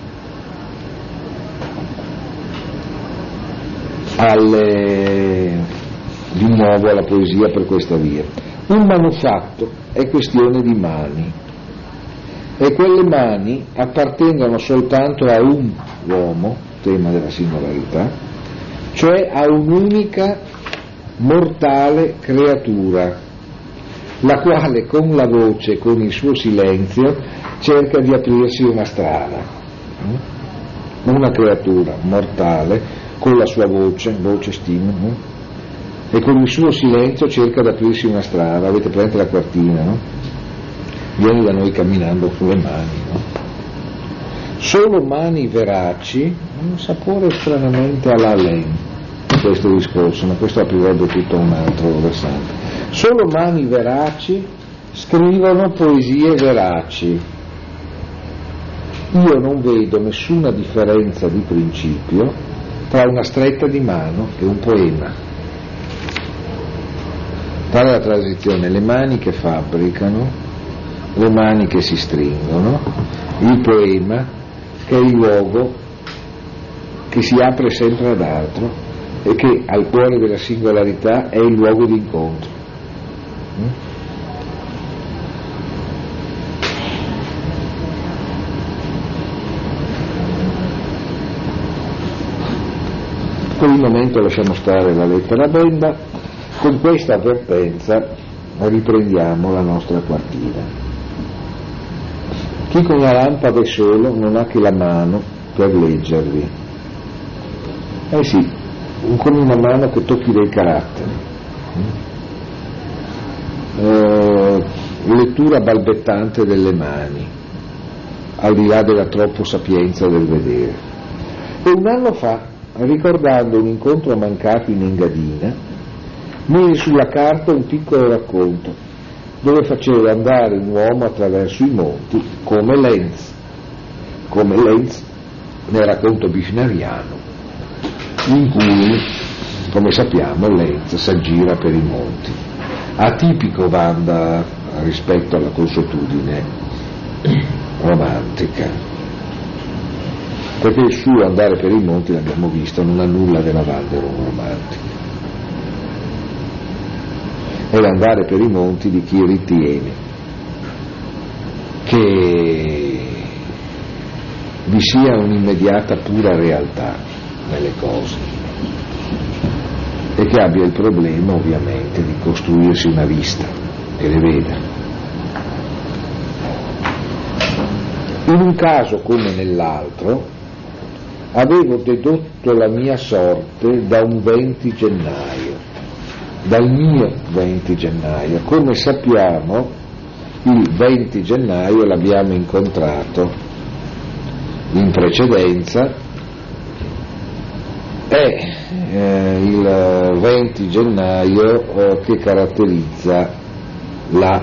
alle, di nuovo alla poesia per questa via. Un manufatto è questione di mani e quelle mani appartengono soltanto a un uomo, tema della singolarità, cioè a un'unica mortale creatura, la quale con la voce, con il suo silenzio, cerca di aprirsi una strada. Una creatura mortale, con la sua voce, voce stima, e con il suo silenzio cerca di aprirsi una strada. Avete presente la quartina, no? Vieni da noi camminando sulle mani, no? Solo mani veraci, un sapore stranamente alla len, questo discorso, ma questo aprirebbe tutto un altro versante. Solo mani veraci scrivono poesie veraci. Io non vedo nessuna differenza di principio tra una stretta di mano e un poema. Tale la transizione, le mani che fabbricano, le mani che si stringono, il poema che è il luogo che si apre sempre ad altro e che al cuore della singolarità è il luogo di incontro. Per il momento lasciamo stare la lettera benda, con questa avvertenza riprendiamo la nostra quartina. Chi con la lampada è solo non ha che la mano per leggervi. Eh sì, con una mano che tocchi dei caratteri. Eh, lettura balbettante delle mani, al di là della troppo sapienza del vedere. E un anno fa, ricordando un incontro mancato in Engadina, misi sulla carta un piccolo racconto dove facevo andare un uomo attraverso i monti come Lenz, come Lenz nel racconto bisneriano, in cui, come sappiamo, Lenz s'aggira per i monti. Atipico Vanda rispetto alla consuetudine romantica, perché il suo andare per i monti, l'abbiamo visto, non ha nulla della Vanderum romantica, è l'andare per i monti di chi ritiene che vi sia un'immediata pura realtà nelle cose e che abbia il problema ovviamente di costruirsi una vista che le veda. In un caso come nell'altro avevo dedotto la mia sorte da un venti gennaio, dal mio venti gennaio. Come sappiamo, il venti gennaio l'abbiamo incontrato in precedenza, è eh, il venti gennaio eh, che caratterizza la,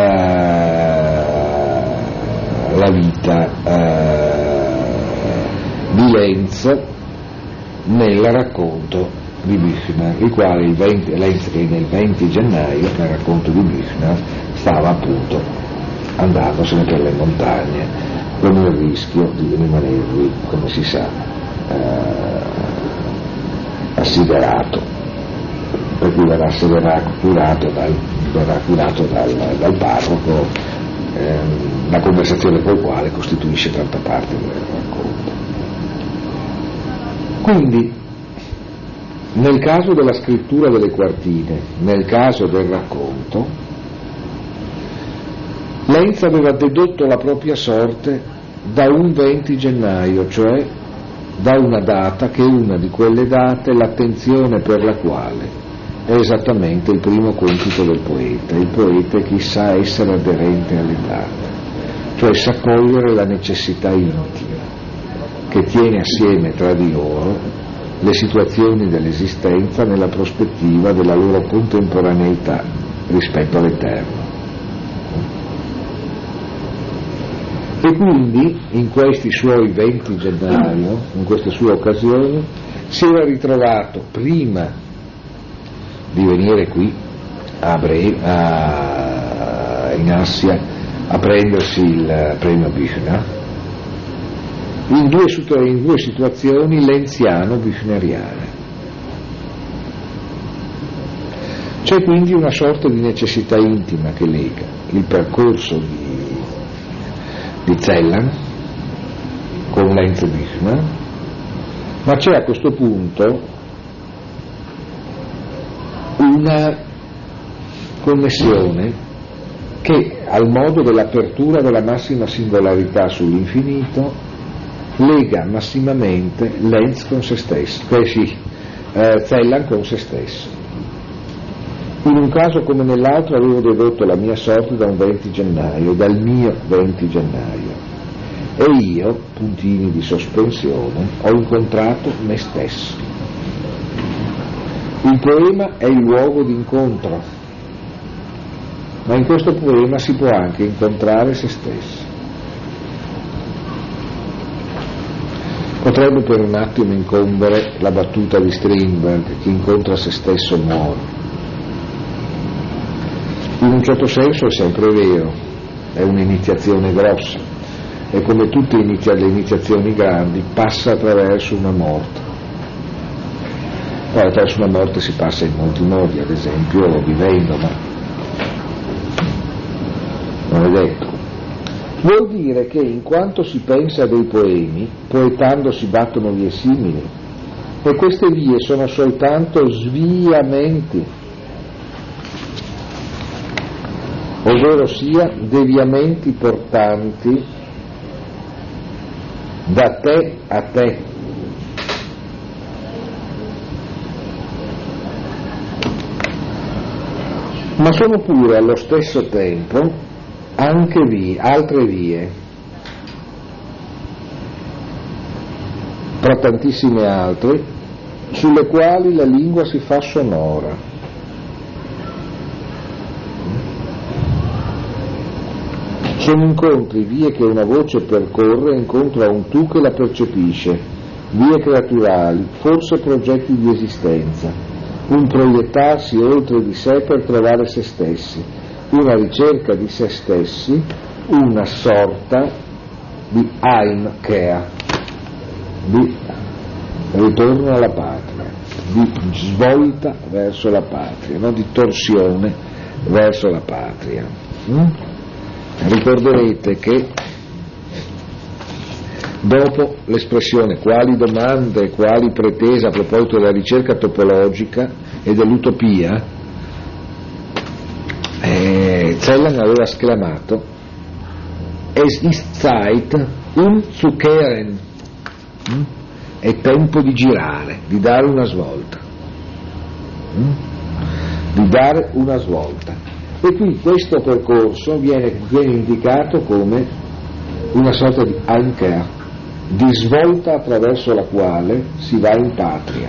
eh, la vita eh, di Lenz nel racconto di Büchner, il quale il venti, Lenz che nel venti gennaio nel racconto di Büchner stava appunto andandosene per le montagne con il rischio di rimanervi, come si sa, eh, assiderato, per cui verrà, verrà curato dal, verrà curato dal, dal parroco, ehm, la conversazione col quale costituisce tanta parte del racconto. Quindi nel caso della scrittura delle quartine, nel caso del racconto, Lenz aveva dedotto la propria sorte da un venti gennaio, cioè da una data che è una di quelle date l'attenzione per la quale è esattamente il primo compito del poeta. Il poeta è chi sa essere aderente alle date, cioè sa cogliere la necessità intima che tiene assieme tra di loro le situazioni dell'esistenza nella prospettiva della loro contemporaneità rispetto all'eterno. E quindi in questi suoi venti gennaio, in queste sue occasioni, si era ritrovato prima di venire qui a Bre- a, in Assia a prendersi il premio Büchner, in due, in due situazioni lenziano-büchneriane. C'è quindi una sorta di necessità intima che lega il percorso di, di Zellan con Lenz e Büchner, ma c'è a questo punto una connessione che, al modo dell'apertura della massima singolarità sull'infinito, lega massimamente Lenz con se stesso, eh sì, eh, Zellan con se stesso. In un caso come nell'altro avevo dedotto la mia sorte da un venti gennaio, dal mio venti gennaio, e io, puntini di sospensione, ho incontrato me stesso. Il poema è il luogo d'incontro, ma in questo poema si può anche incontrare se stesso. Potrebbe per un attimo incombere la battuta di Strindberg: chi incontra se stesso muore. In un certo senso è sempre vero, è un'iniziazione grossa e come tutte le iniziazioni grandi passa attraverso una morte. Poi attraverso una morte si passa in molti modi, ad esempio vivendo, ma non è detto. Vuol dire che in quanto si pensa dei poemi, poetando si battono vie simili, e queste vie sono soltanto sviamenti, ovvero sia deviamenti portanti da te a te. Ma sono pure allo stesso tempo anche vie, altre vie, tra tantissime altre, sulle quali la lingua si fa sonora. Sono incontri, vie che una voce percorre incontro a un tu che la percepisce, vie creaturali, forse progetti di esistenza, un proiettarsi oltre di sé per trovare se stessi, una ricerca di se stessi, una sorta di Heimkehr, di ritorno alla patria, di svolta verso la patria, no? Di torsione verso la patria. Mm? Ricorderete che Dopo l'espressione quali domande, quali pretese a proposito della ricerca topologica e dell'utopia, eh, Zellan aveva esclamato es ist Zeit umzukehren, mm? È tempo di girare, di dare una svolta, mm? di dare una svolta. E qui questo percorso viene, viene indicato come una sorta di Heimkehr, di svolta attraverso la quale si va in patria.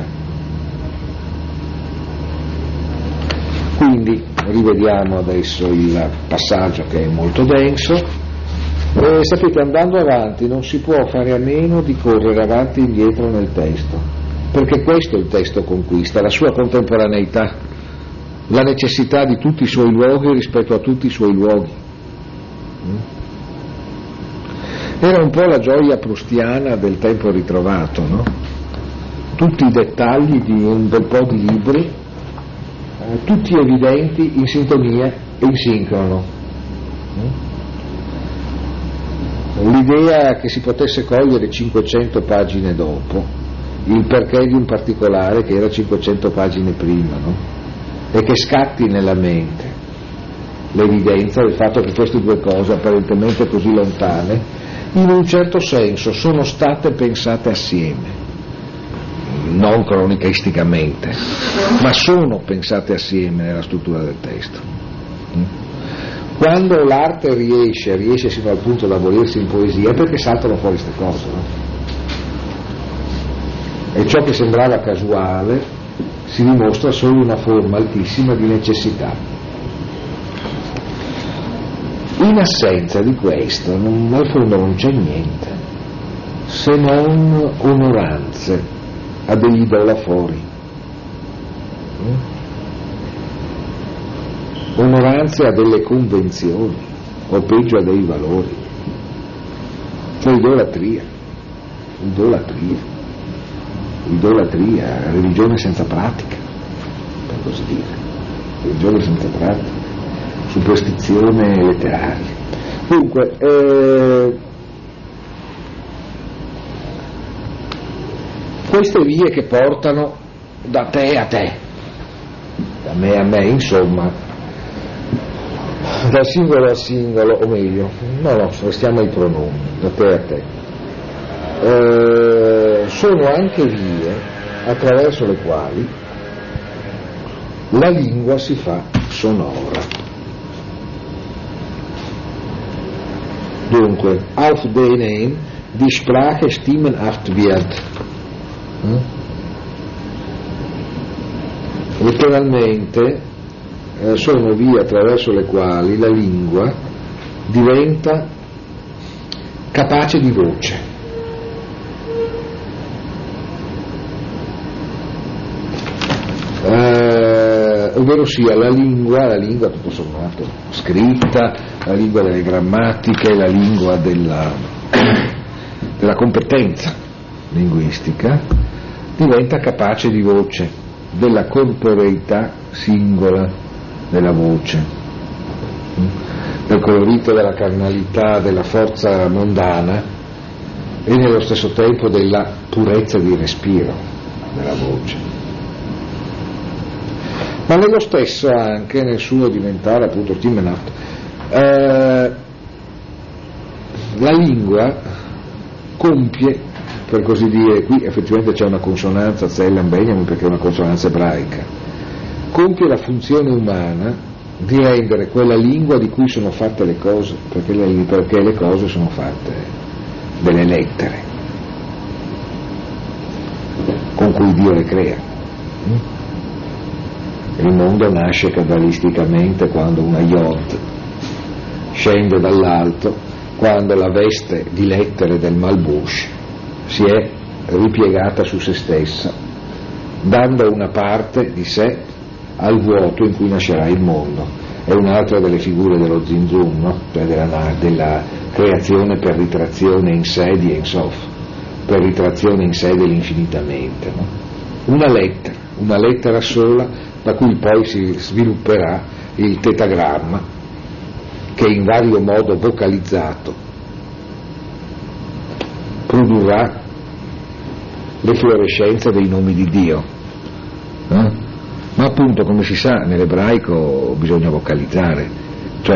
Quindi rivediamo adesso il passaggio, che è molto denso, e sapete, andando avanti non si può fare a meno di correre avanti e indietro nel testo, perché questo il testo conquista, la sua contemporaneità, la necessità di tutti i suoi luoghi rispetto a tutti i suoi luoghi. Era un po' la gioia proustiana del tempo ritrovato, no? Tutti i dettagli di un bel po' di libri, eh, tutti evidenti, in sintonia e in sincrono. L'idea che si potesse cogliere cinquecento pagine dopo il perché di un particolare che era cinquecento pagine prima, no? E che scatti nella mente l'evidenza del fatto che queste due cose apparentemente così lontane in un certo senso sono state pensate assieme, non cronicisticamente, ma sono pensate assieme nella struttura del testo. Quando l'arte riesce, riesce sino al punto da volersi in poesia, è perché saltano fuori queste cose, no? E ciò che sembrava casuale si dimostra solo una forma altissima di necessità. In assenza di questo, non, al fondo non c'è niente, se non onoranze a degli idolafori, onoranze a delle convenzioni, o peggio a dei valori, cioè idolatria, idolatria, idolatria, religione senza pratica, per così dire, religione senza pratica, superstizione letteraria. Dunque, eh, queste vie che portano da te a te, da me a me, insomma, dal singolo al singolo, o meglio, no, no, restiamo ai pronomi, da te a te, eh, sono anche vie attraverso le quali la lingua si fa sonora. Dunque, auf denen die Sprache stimmenhaft wird. Hm? Letteralmente eh, sono vie attraverso le quali la lingua diventa capace di voce. Eh, ovvero sia la lingua, la lingua tutto sommato scritta, la lingua delle grammatiche, la lingua della, della competenza linguistica, diventa capace di voce, della corporeità singola della voce, del colorito della carnalità, della forza mondana e nello stesso tempo della purezza di respiro della voce. Ma nello stesso anche nel suo diventare appunto stimmenhaft, eh, la lingua compie, per così dire, qui effettivamente c'è una consonanza Zellan-Benjamin perché è una consonanza ebraica, compie la funzione umana di rendere quella lingua di cui sono fatte le cose, perché le, perché le cose sono fatte delle lettere con cui Dio le crea. Il mondo nasce cabalisticamente quando una Yod scende dall'alto, quando la veste di lettere del Malbush si è ripiegata su se stessa, dando una parte di sé al vuoto in cui nascerà il mondo. È un'altra delle figure dello Zinzun, no? Cioè della, della creazione per ritrazione in sé di Ensof, per ritrazione in sé dell'infinitamente, no? Una lettera, una lettera sola, da cui poi si svilupperà il tetagramma, che in vario modo vocalizzato produrrà l'efflorescenza dei nomi di Dio. Eh? Ma appunto, come si sa, nell'ebraico bisogna vocalizzare, cioè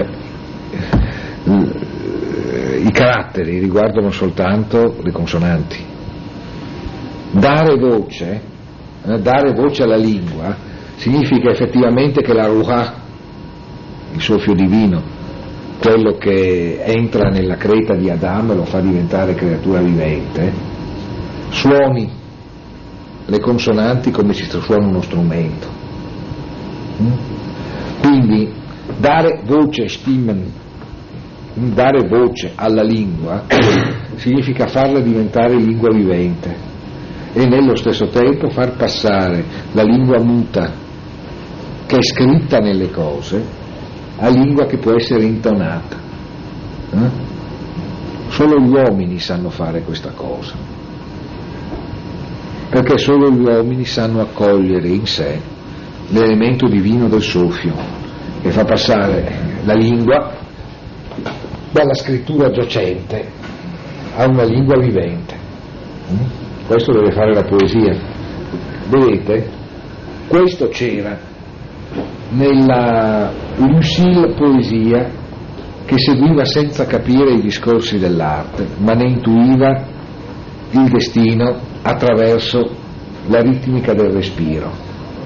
i caratteri riguardano soltanto le consonanti. Dare voce, eh, dare voce alla lingua, significa effettivamente che la Ruah, il soffio divino, quello che entra nella creta di Adamo e lo fa diventare creatura vivente, suoni le consonanti come si suona uno strumento. Quindi dare voce, stimmen, dare voce alla lingua significa farla diventare lingua vivente e nello stesso tempo far passare la lingua muta che è scritta nelle cose a lingua che può essere intonata. Eh? Solo gli uomini sanno fare questa cosa, perché solo gli uomini sanno accogliere in sé l'elemento divino del soffio che fa passare la lingua dalla scrittura giacente a una lingua vivente. Questo deve fare la poesia. Vedete? Questo c'era nella Lucille poesia, che seguiva senza capire i discorsi dell'arte, ma ne intuiva il destino attraverso la ritmica del respiro.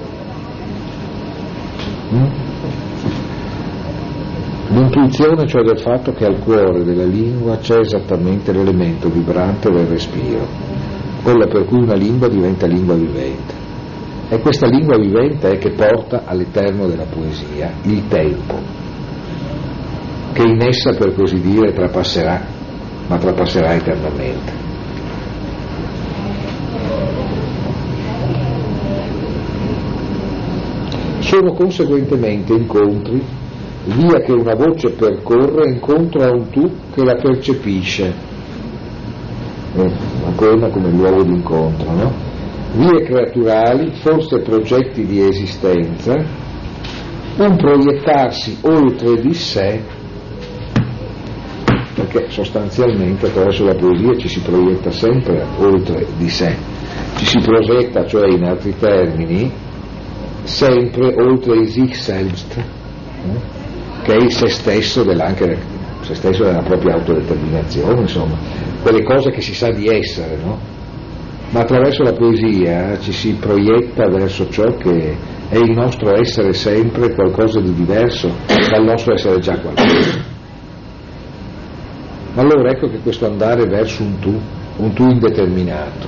L'intuizione, cioè, del fatto che al cuore della lingua c'è esattamente l'elemento vibrante del respiro, quello per cui una lingua diventa lingua vivente. E questa lingua vivente è che porta all'eterno della poesia il tempo, che in essa, per così dire, trapasserà, ma trapasserà eternamente. Sono conseguentemente incontri, via che una voce percorre incontro a un tu che la percepisce, eh, ancora come luogo di incontro, no? Vie creaturali, forse progetti di esistenza, un proiettarsi oltre di sé, perché sostanzialmente attraverso la poesia ci si proietta sempre oltre di sé, ci si progetta, cioè in altri termini, sempre oltre il sich selbst, eh? che è il se stesso, della, anche se stesso della propria autodeterminazione, insomma, quelle cose che si sa di essere, no? Ma attraverso la poesia ci si proietta verso ciò che è il nostro essere sempre qualcosa di diverso dal nostro essere già qualcosa. Allora ecco che questo andare verso un tu, un tu indeterminato,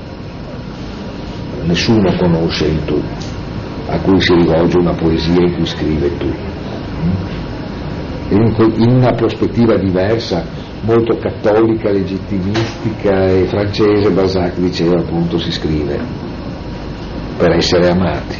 nessuno conosce il tu a cui si rivolge una poesia in cui scrive tu. In una prospettiva diversa, molto cattolica, legittimistica e francese, Balzac diceva appunto si scrive per essere amati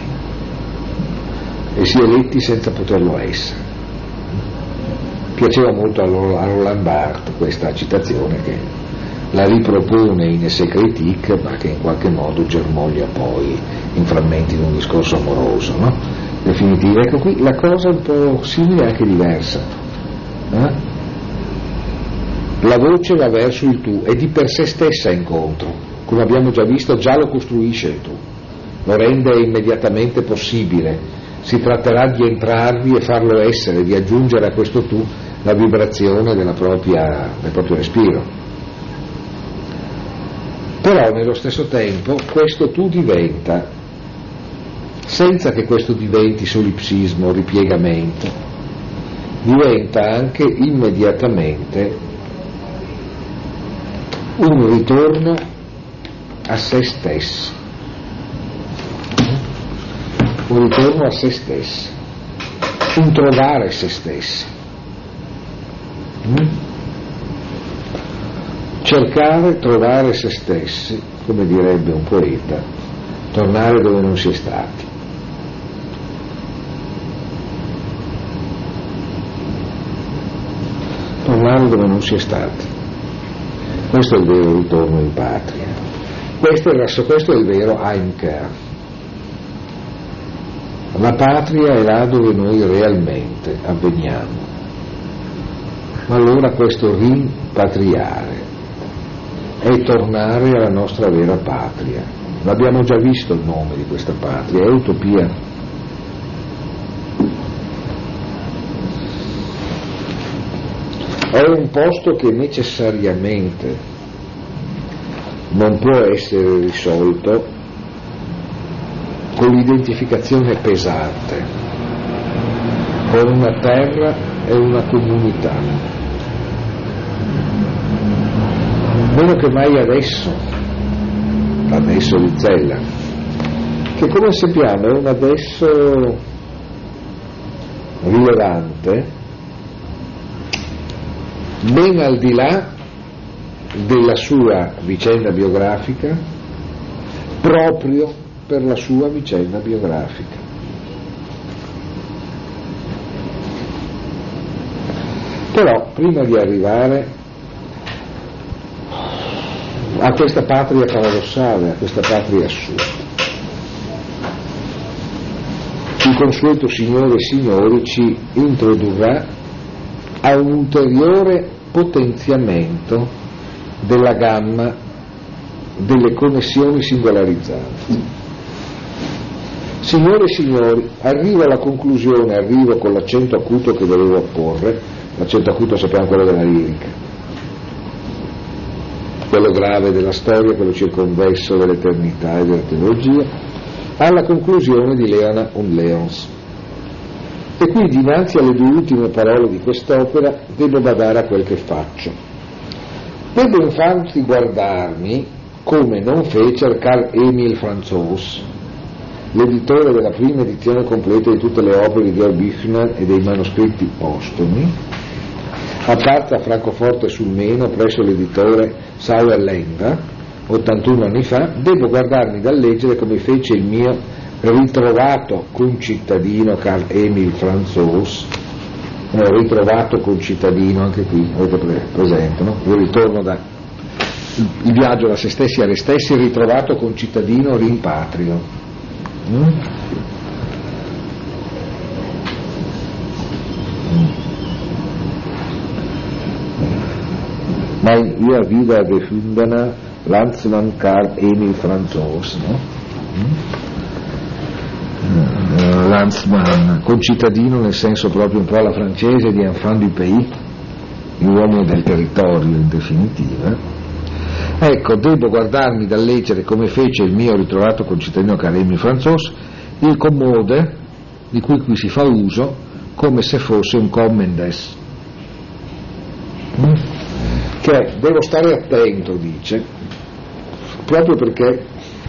e si è eletti senza poterlo essere. Piaceva molto a Roland Barthes questa citazione, che la ripropone in Essai Critique, ma che in qualche modo germoglia poi in frammenti di un discorso amoroso, no? Definitivo. Ecco qui la cosa è un po' simile, anche diversa. Eh? La voce va verso il tu e di per sé stessa incontro, come abbiamo già visto, già lo costruisce il tu, lo rende immediatamente possibile. Si tratterà di entrarvi e farlo essere, di aggiungere a questo tu la vibrazione della propria, del proprio respiro. Però nello stesso tempo questo tu diventa, senza che questo diventi solipsismo o ripiegamento, diventa anche immediatamente un ritorno a se stesso, un ritorno a se stesso, un trovare se stessi, cercare, trovare se stessi, come direbbe un poeta, tornare dove non si è stati. Tornare dove non si è stati. Questo è il vero ritorno in patria. Questo è, il, questo è il vero Heimkehr. La patria è là dove noi realmente avveniamo. Ma allora questo rimpatriare è tornare alla nostra vera patria. L'abbiamo già visto il nome di questa patria, è utopia. È un posto che necessariamente non può essere risolto con l'identificazione pesante con una terra e una comunità, meno che mai adesso, adesso di Zella, che come sappiamo è un adesso rilevante, ben al di là della sua vicenda biografica, proprio per la sua vicenda biografica. Però prima di arrivare a questa patria paradossale, a questa patria assurda, il consueto Signore e Signori ci introdurrà a un ulteriore potenziamento della gamma delle connessioni singolarizzanti. Signore e Signori, arrivo alla conclusione, arrivo con l'accento acuto che volevo apporre. L'accento acuto sappiamo quello della lirica, quello grave della storia, quello circonvesso dell'eternità e della teologia, alla conclusione di Leona und Leons. E qui, dinanzi alle due ultime parole di quest'opera, devo badare a quel che faccio. Devo infatti guardarmi come non fece Karl Emil Franzos, l'editore della prima edizione completa di tutte le opere di Georg Büchner e dei manoscritti postomi, apparsa a Francoforte sul Meno presso l'editore Sauer-Lenda ottantuno anni fa. Devo guardarmi dal leggere come fece il mio ritrovato concittadino Karl Emil Franzos, eh, ritrovato concittadino, anche qui avete presente, no? Il ritorno da il viaggio da se stessi a se stessi, ritrovato concittadino rimpatrio. Mm? Mein ihr wieder gefundener Landsmann Karl Emil Franzos, no? Mm? Landsmann, concittadino nel senso proprio un po' alla francese di enfant du pays, uomo del territorio in definitiva. Ecco, devo guardarmi dal leggere come fece il mio ritrovato concittadino Karl Emil Franzos il commode di cui qui si fa uso come se fosse un commendes. Mm? Che devo stare attento, dice, proprio perché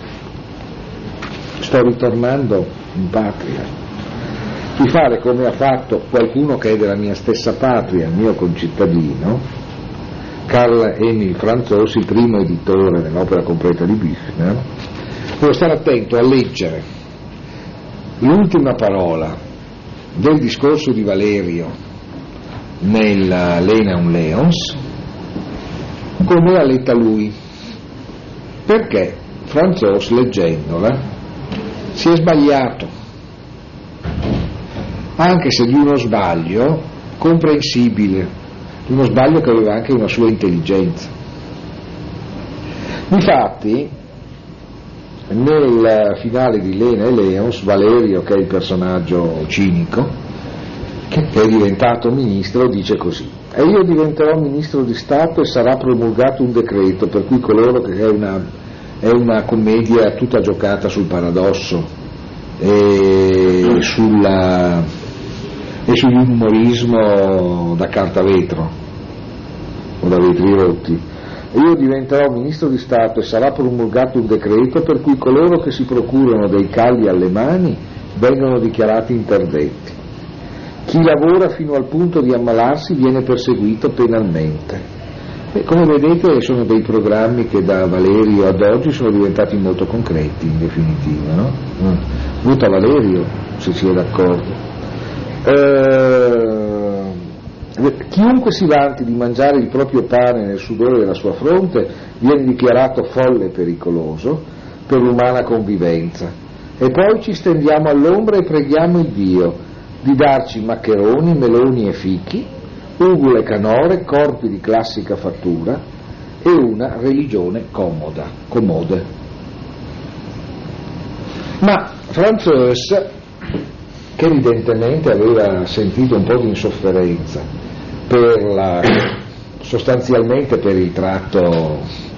sto ritornando in patria, di fare come ha fatto qualcuno che è della mia stessa patria, il mio concittadino, Karl Emil Franzos, il primo editore dell'opera completa di Büchner. Devo stare attento a leggere l'ultima parola del discorso di Valerio nella Leona und Leons, come ha letta lui, perché Franzos, leggendola, si è sbagliato, anche se di uno sbaglio comprensibile, di uno sbaglio che aveva anche una sua intelligenza. Difatti, nel finale di Leona e Leons, Valerio, che è il personaggio cinico, che è diventato ministro, dice così: e io diventerò ministro di Stato e sarà promulgato un decreto per cui coloro che è una, è una commedia tutta giocata sul paradosso e, sulla, e sull'umorismo da carta vetro o da vetri rotti. Io diventerò ministro di Stato e sarà promulgato un decreto per cui coloro che si procurano dei calli alle mani vengono dichiarati interdetti. Chi lavora fino al punto di ammalarsi viene perseguito penalmente. E come vedete sono dei programmi che da Valerio ad oggi sono diventati molto concreti, in definitiva, no? Vota Valerio, se si è d'accordo. Eh, chiunque si vanti di mangiare il proprio pane nel sudore della sua fronte viene dichiarato folle e pericoloso per l'umana convivenza. E poi ci stendiamo all'ombra e preghiamo il Dio di darci maccheroni, meloni e fichi, ugule canore, corpi di classica fattura, e una religione comoda, comode. Ma Franz Hus, che evidentemente aveva sentito un po' di insofferenza per la, sostanzialmente per il tratto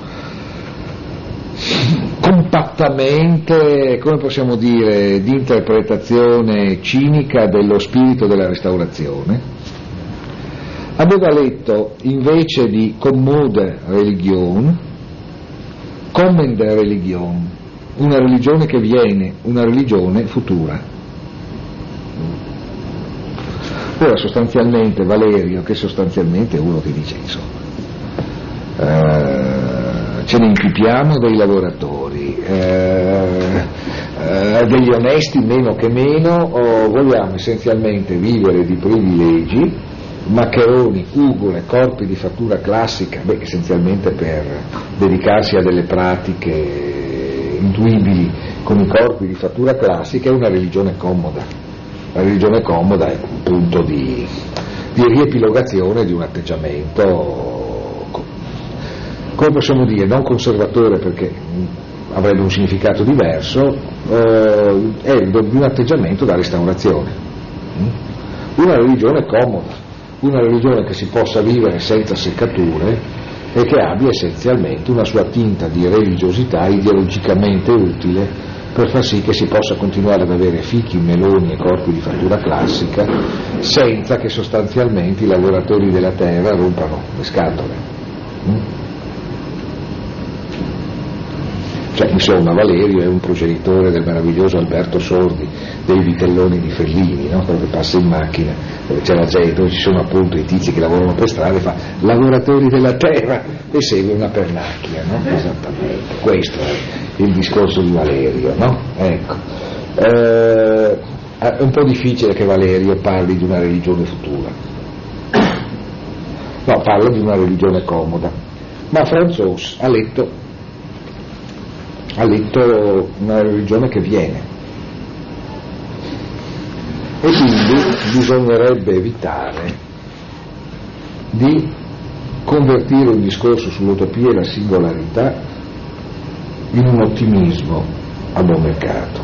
compattamente, come possiamo dire, di interpretazione cinica dello spirito della Restaurazione, aveva letto invece di Commode Religion, Kommende Religion, una religione che viene, una religione futura. Ora sostanzialmente Valerio, che sostanzialmente è uno che dice insomma, eh, ce ne impipiamo dei lavoratori, eh, eh, degli onesti meno che meno, o vogliamo essenzialmente vivere di privilegi, maccheroni, ugole, corpi di fattura classica, beh, essenzialmente per dedicarsi a delle pratiche intuibili con i corpi di fattura classica, è una religione comoda. La religione comoda è un punto di, di riepilogazione di un atteggiamento, come possiamo dire, non conservatore perché avrebbe un significato diverso, eh, è di un atteggiamento da restaurazione. Una religione comoda, una religione che si possa vivere senza seccature e che abbia essenzialmente una sua tinta di religiosità ideologicamente utile per far sì che si possa continuare ad avere fichi, meloni e corpi di fattura classica senza che sostanzialmente i lavoratori della terra rompano le scatole. Mm? Cioè, insomma, Valerio è un progenitore del meraviglioso Alberto Sordi, dei vitelloni di Fellini, no? Quello che passa in macchina, dove c'è la gente, dove ci sono appunto i tizi che lavorano per strada e fa lavoratori della terra e segue una pernacchia, no? Esattamente, questo è il discorso di Valerio, no? Ecco. Eh, è un po' difficile che Valerio parli di una religione futura, no, parla di una religione comoda, ma Franz Hus ha letto ha letto una religione che viene e quindi bisognerebbe evitare di convertire un discorso sull'utopia e la singolarità in un ottimismo a buon mercato.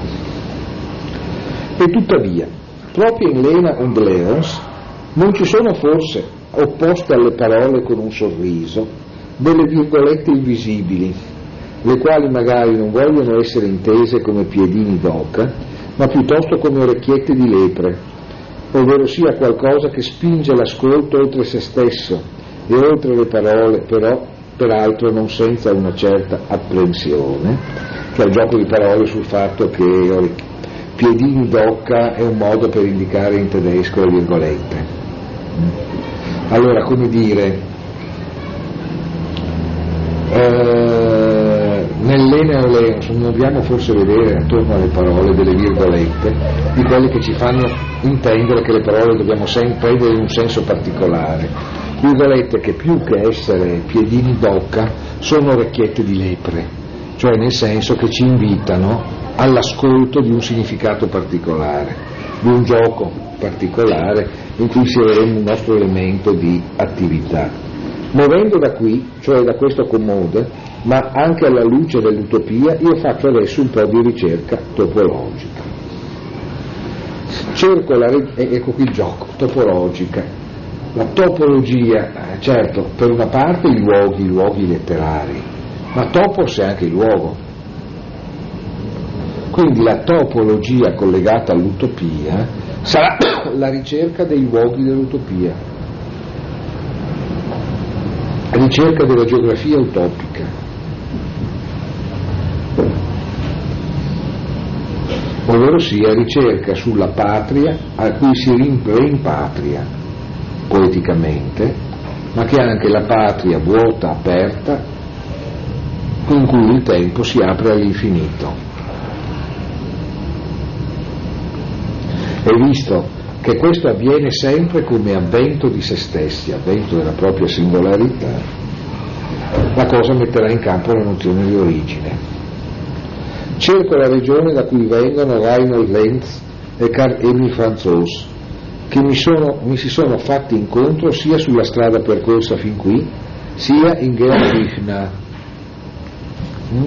E tuttavia, proprio in Lena und Leons non ci sono forse, opposte alle parole con un sorriso, delle virgolette invisibili, le quali magari non vogliono essere intese come piedini d'oca, ma piuttosto come orecchiette di lepre, ovvero sia qualcosa che spinge l'ascolto oltre se stesso e oltre le parole, però peraltro non senza una certa apprensione, che è il gioco di parole sul fatto che piedini d'oca è un modo per indicare in tedesco le virgolette. Allora, come dire, eh, nell'Lena und Leons non dobbiamo forse vedere attorno alle parole delle virgolette di quelle che ci fanno intendere che le parole dobbiamo sempre prendere in un senso particolare, virgolette che più che essere piedini d'oca sono orecchiette di lepre, cioè nel senso che ci invitano all'ascolto di un significato particolare, di un gioco particolare in cui inseriremo un nostro elemento di attività. Muovendo da qui, cioè da questo Commode, ma anche alla luce dell'utopia, io faccio adesso un po' di ricerca topologica. Cerco la, ecco qui il gioco, topologica. La topologia, certo, per una parte i luoghi, i luoghi letterari, ma topos è anche il luogo. Quindi la topologia collegata all'utopia sarà la ricerca dei luoghi dell'utopia, ricerca della geografia utopica, ovvero sia ricerca sulla patria a cui si rimpatria poeticamente, ma che è anche la patria vuota, aperta, in cui il tempo si apre all'infinito. E visto che questo avviene sempre come avvento di se stessi, avvento della propria singolarità, la cosa metterà in campo la nozione di origine. Cerco la regione da cui vengono Reinhold Lenz e Karl Emil Franz Hus, che mi, sono, mi si sono fatti incontro sia sulla strada percorsa fin qui, sia in Georg mm?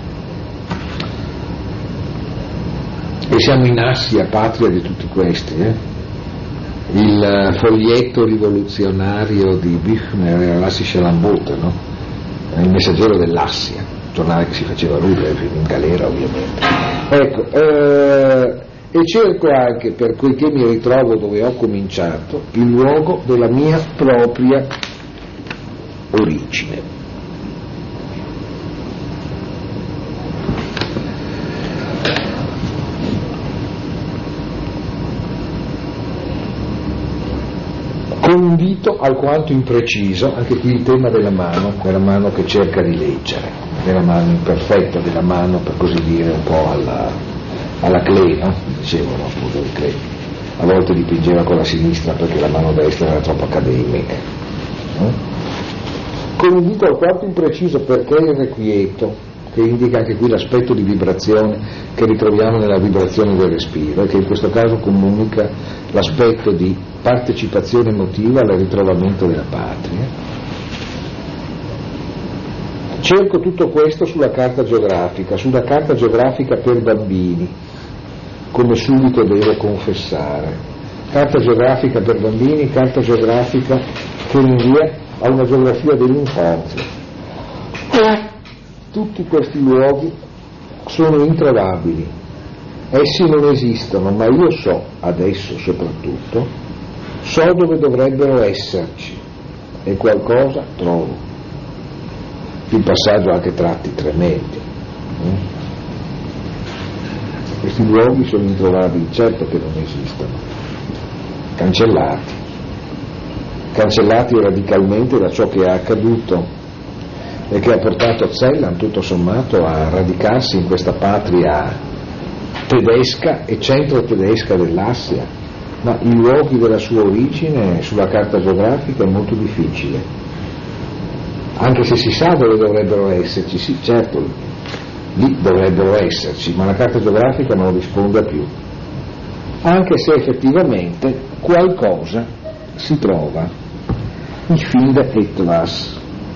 E siamo in Assia, patria di tutti questi. Eh? Il foglietto rivoluzionario di Büchner era l'Assische Lambote, no? Il messaggero dell'Assia, giornale che si faceva lui, in galera ovviamente. Ecco, eh, e cerco anche, per poiché mi ritrovo dove ho cominciato, il luogo della mia propria origine. Con un dito alquanto impreciso, anche qui il tema della mano, della mano che cerca di leggere, della mano imperfetta, della mano, per così dire, un po' alla, alla Klee, no? Dicevano appunto il Klee. A volte dipingeva con la sinistra perché la mano destra era troppo accademica. No? Con un dito alquanto impreciso perché irrequieto, che indica anche qui l'aspetto di vibrazione che ritroviamo nella vibrazione del respiro e che in questo caso comunica l'aspetto di partecipazione emotiva al ritrovamento della patria. Cerco tutto questo sulla carta geografica, sulla carta geografica per bambini, come subito devo confessare. Carta geografica per bambini, carta geografica che rinvia a una geografia dell'infanzia. Tutti questi luoghi sono introvabili, essi non esistono, ma io so, adesso soprattutto, so dove dovrebbero esserci e qualcosa trovo. Il passaggio ha anche tratti tremendi. Questi luoghi sono introvabili, certo che non esistono, cancellati, cancellati radicalmente da ciò che è accaduto e che ha portato Zelland tutto sommato a radicarsi in questa patria tedesca e centro tedesca dell'Assia, ma i luoghi della sua origine sulla carta geografica è molto difficile, anche se si sa dove dovrebbero esserci, sì certo, lì dovrebbero esserci, ma la carta geografica non risponde più, anche se effettivamente qualcosa si trova. Ich finde etwas.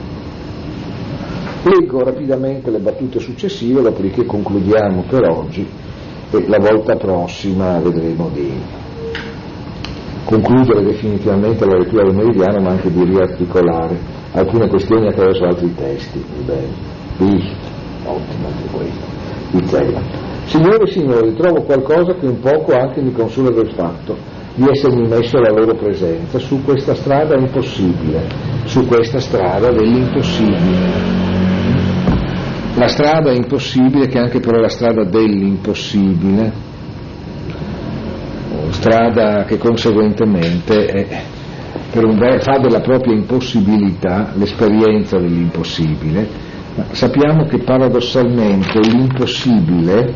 Leggo rapidamente le battute successive, dopodiché concludiamo per oggi e la volta prossima vedremo di concludere definitivamente la lettura del Meridiano, ma anche di riarticolare alcune questioni attraverso altri testi. Bene, ottimo anche questo. Di Zelland. Signore e signori, trovo qualcosa che un poco anche mi consola del fatto di essermi messo alla loro presenza su questa strada impossibile, su questa strada dell'impossibile. La strada impossibile che anche però è la strada dell'impossibile, strada che conseguentemente è, per un ver- fa della propria impossibilità l'esperienza dell'impossibile, ma sappiamo che paradossalmente l'impossibile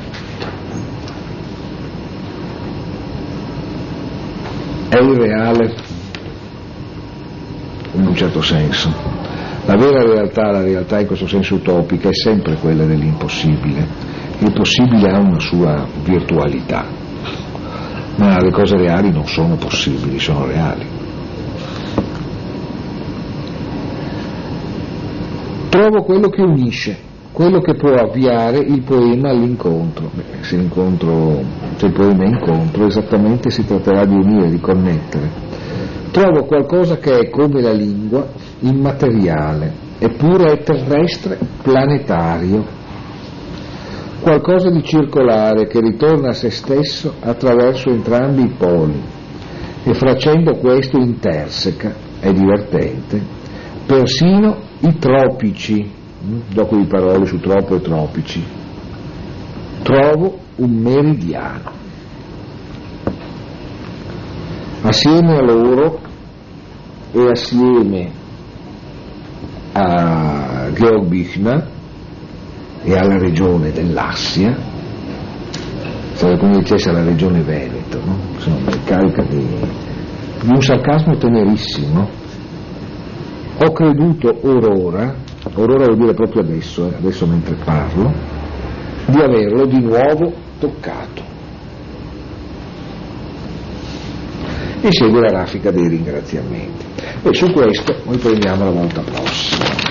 è irreale in un certo senso. La vera realtà, la realtà in questo senso utopica, è sempre quella dell'impossibile. Il possibile ha una sua virtualità, ma le cose reali non sono possibili, sono reali. Trovo quello che unisce, quello che può avviare il poema all'incontro. Beh, se, l'incontro, se il poema è incontro, esattamente si tratterà di unire, di connettere. Trovo qualcosa che è come la lingua, immateriale, eppure è terrestre, planetario, qualcosa di circolare che ritorna a se stesso attraverso entrambi i poli e facendo questo interseca, è divertente, persino i tropici, gioco di parole su troppo e tropici. Trovo un meridiano. Assieme a loro e assieme a Georg Büchner e alla regione dell'Assia, sarebbe come dicesse la regione Veneto, no? Insomma, carica di, di un sarcasmo tenerissimo. Ho creduto orora, orora vuol dire proprio adesso, eh, adesso mentre parlo, di averlo di nuovo toccato. e segue la raffica dei ringraziamenti. E su questo noi prendiamo la volta prossima.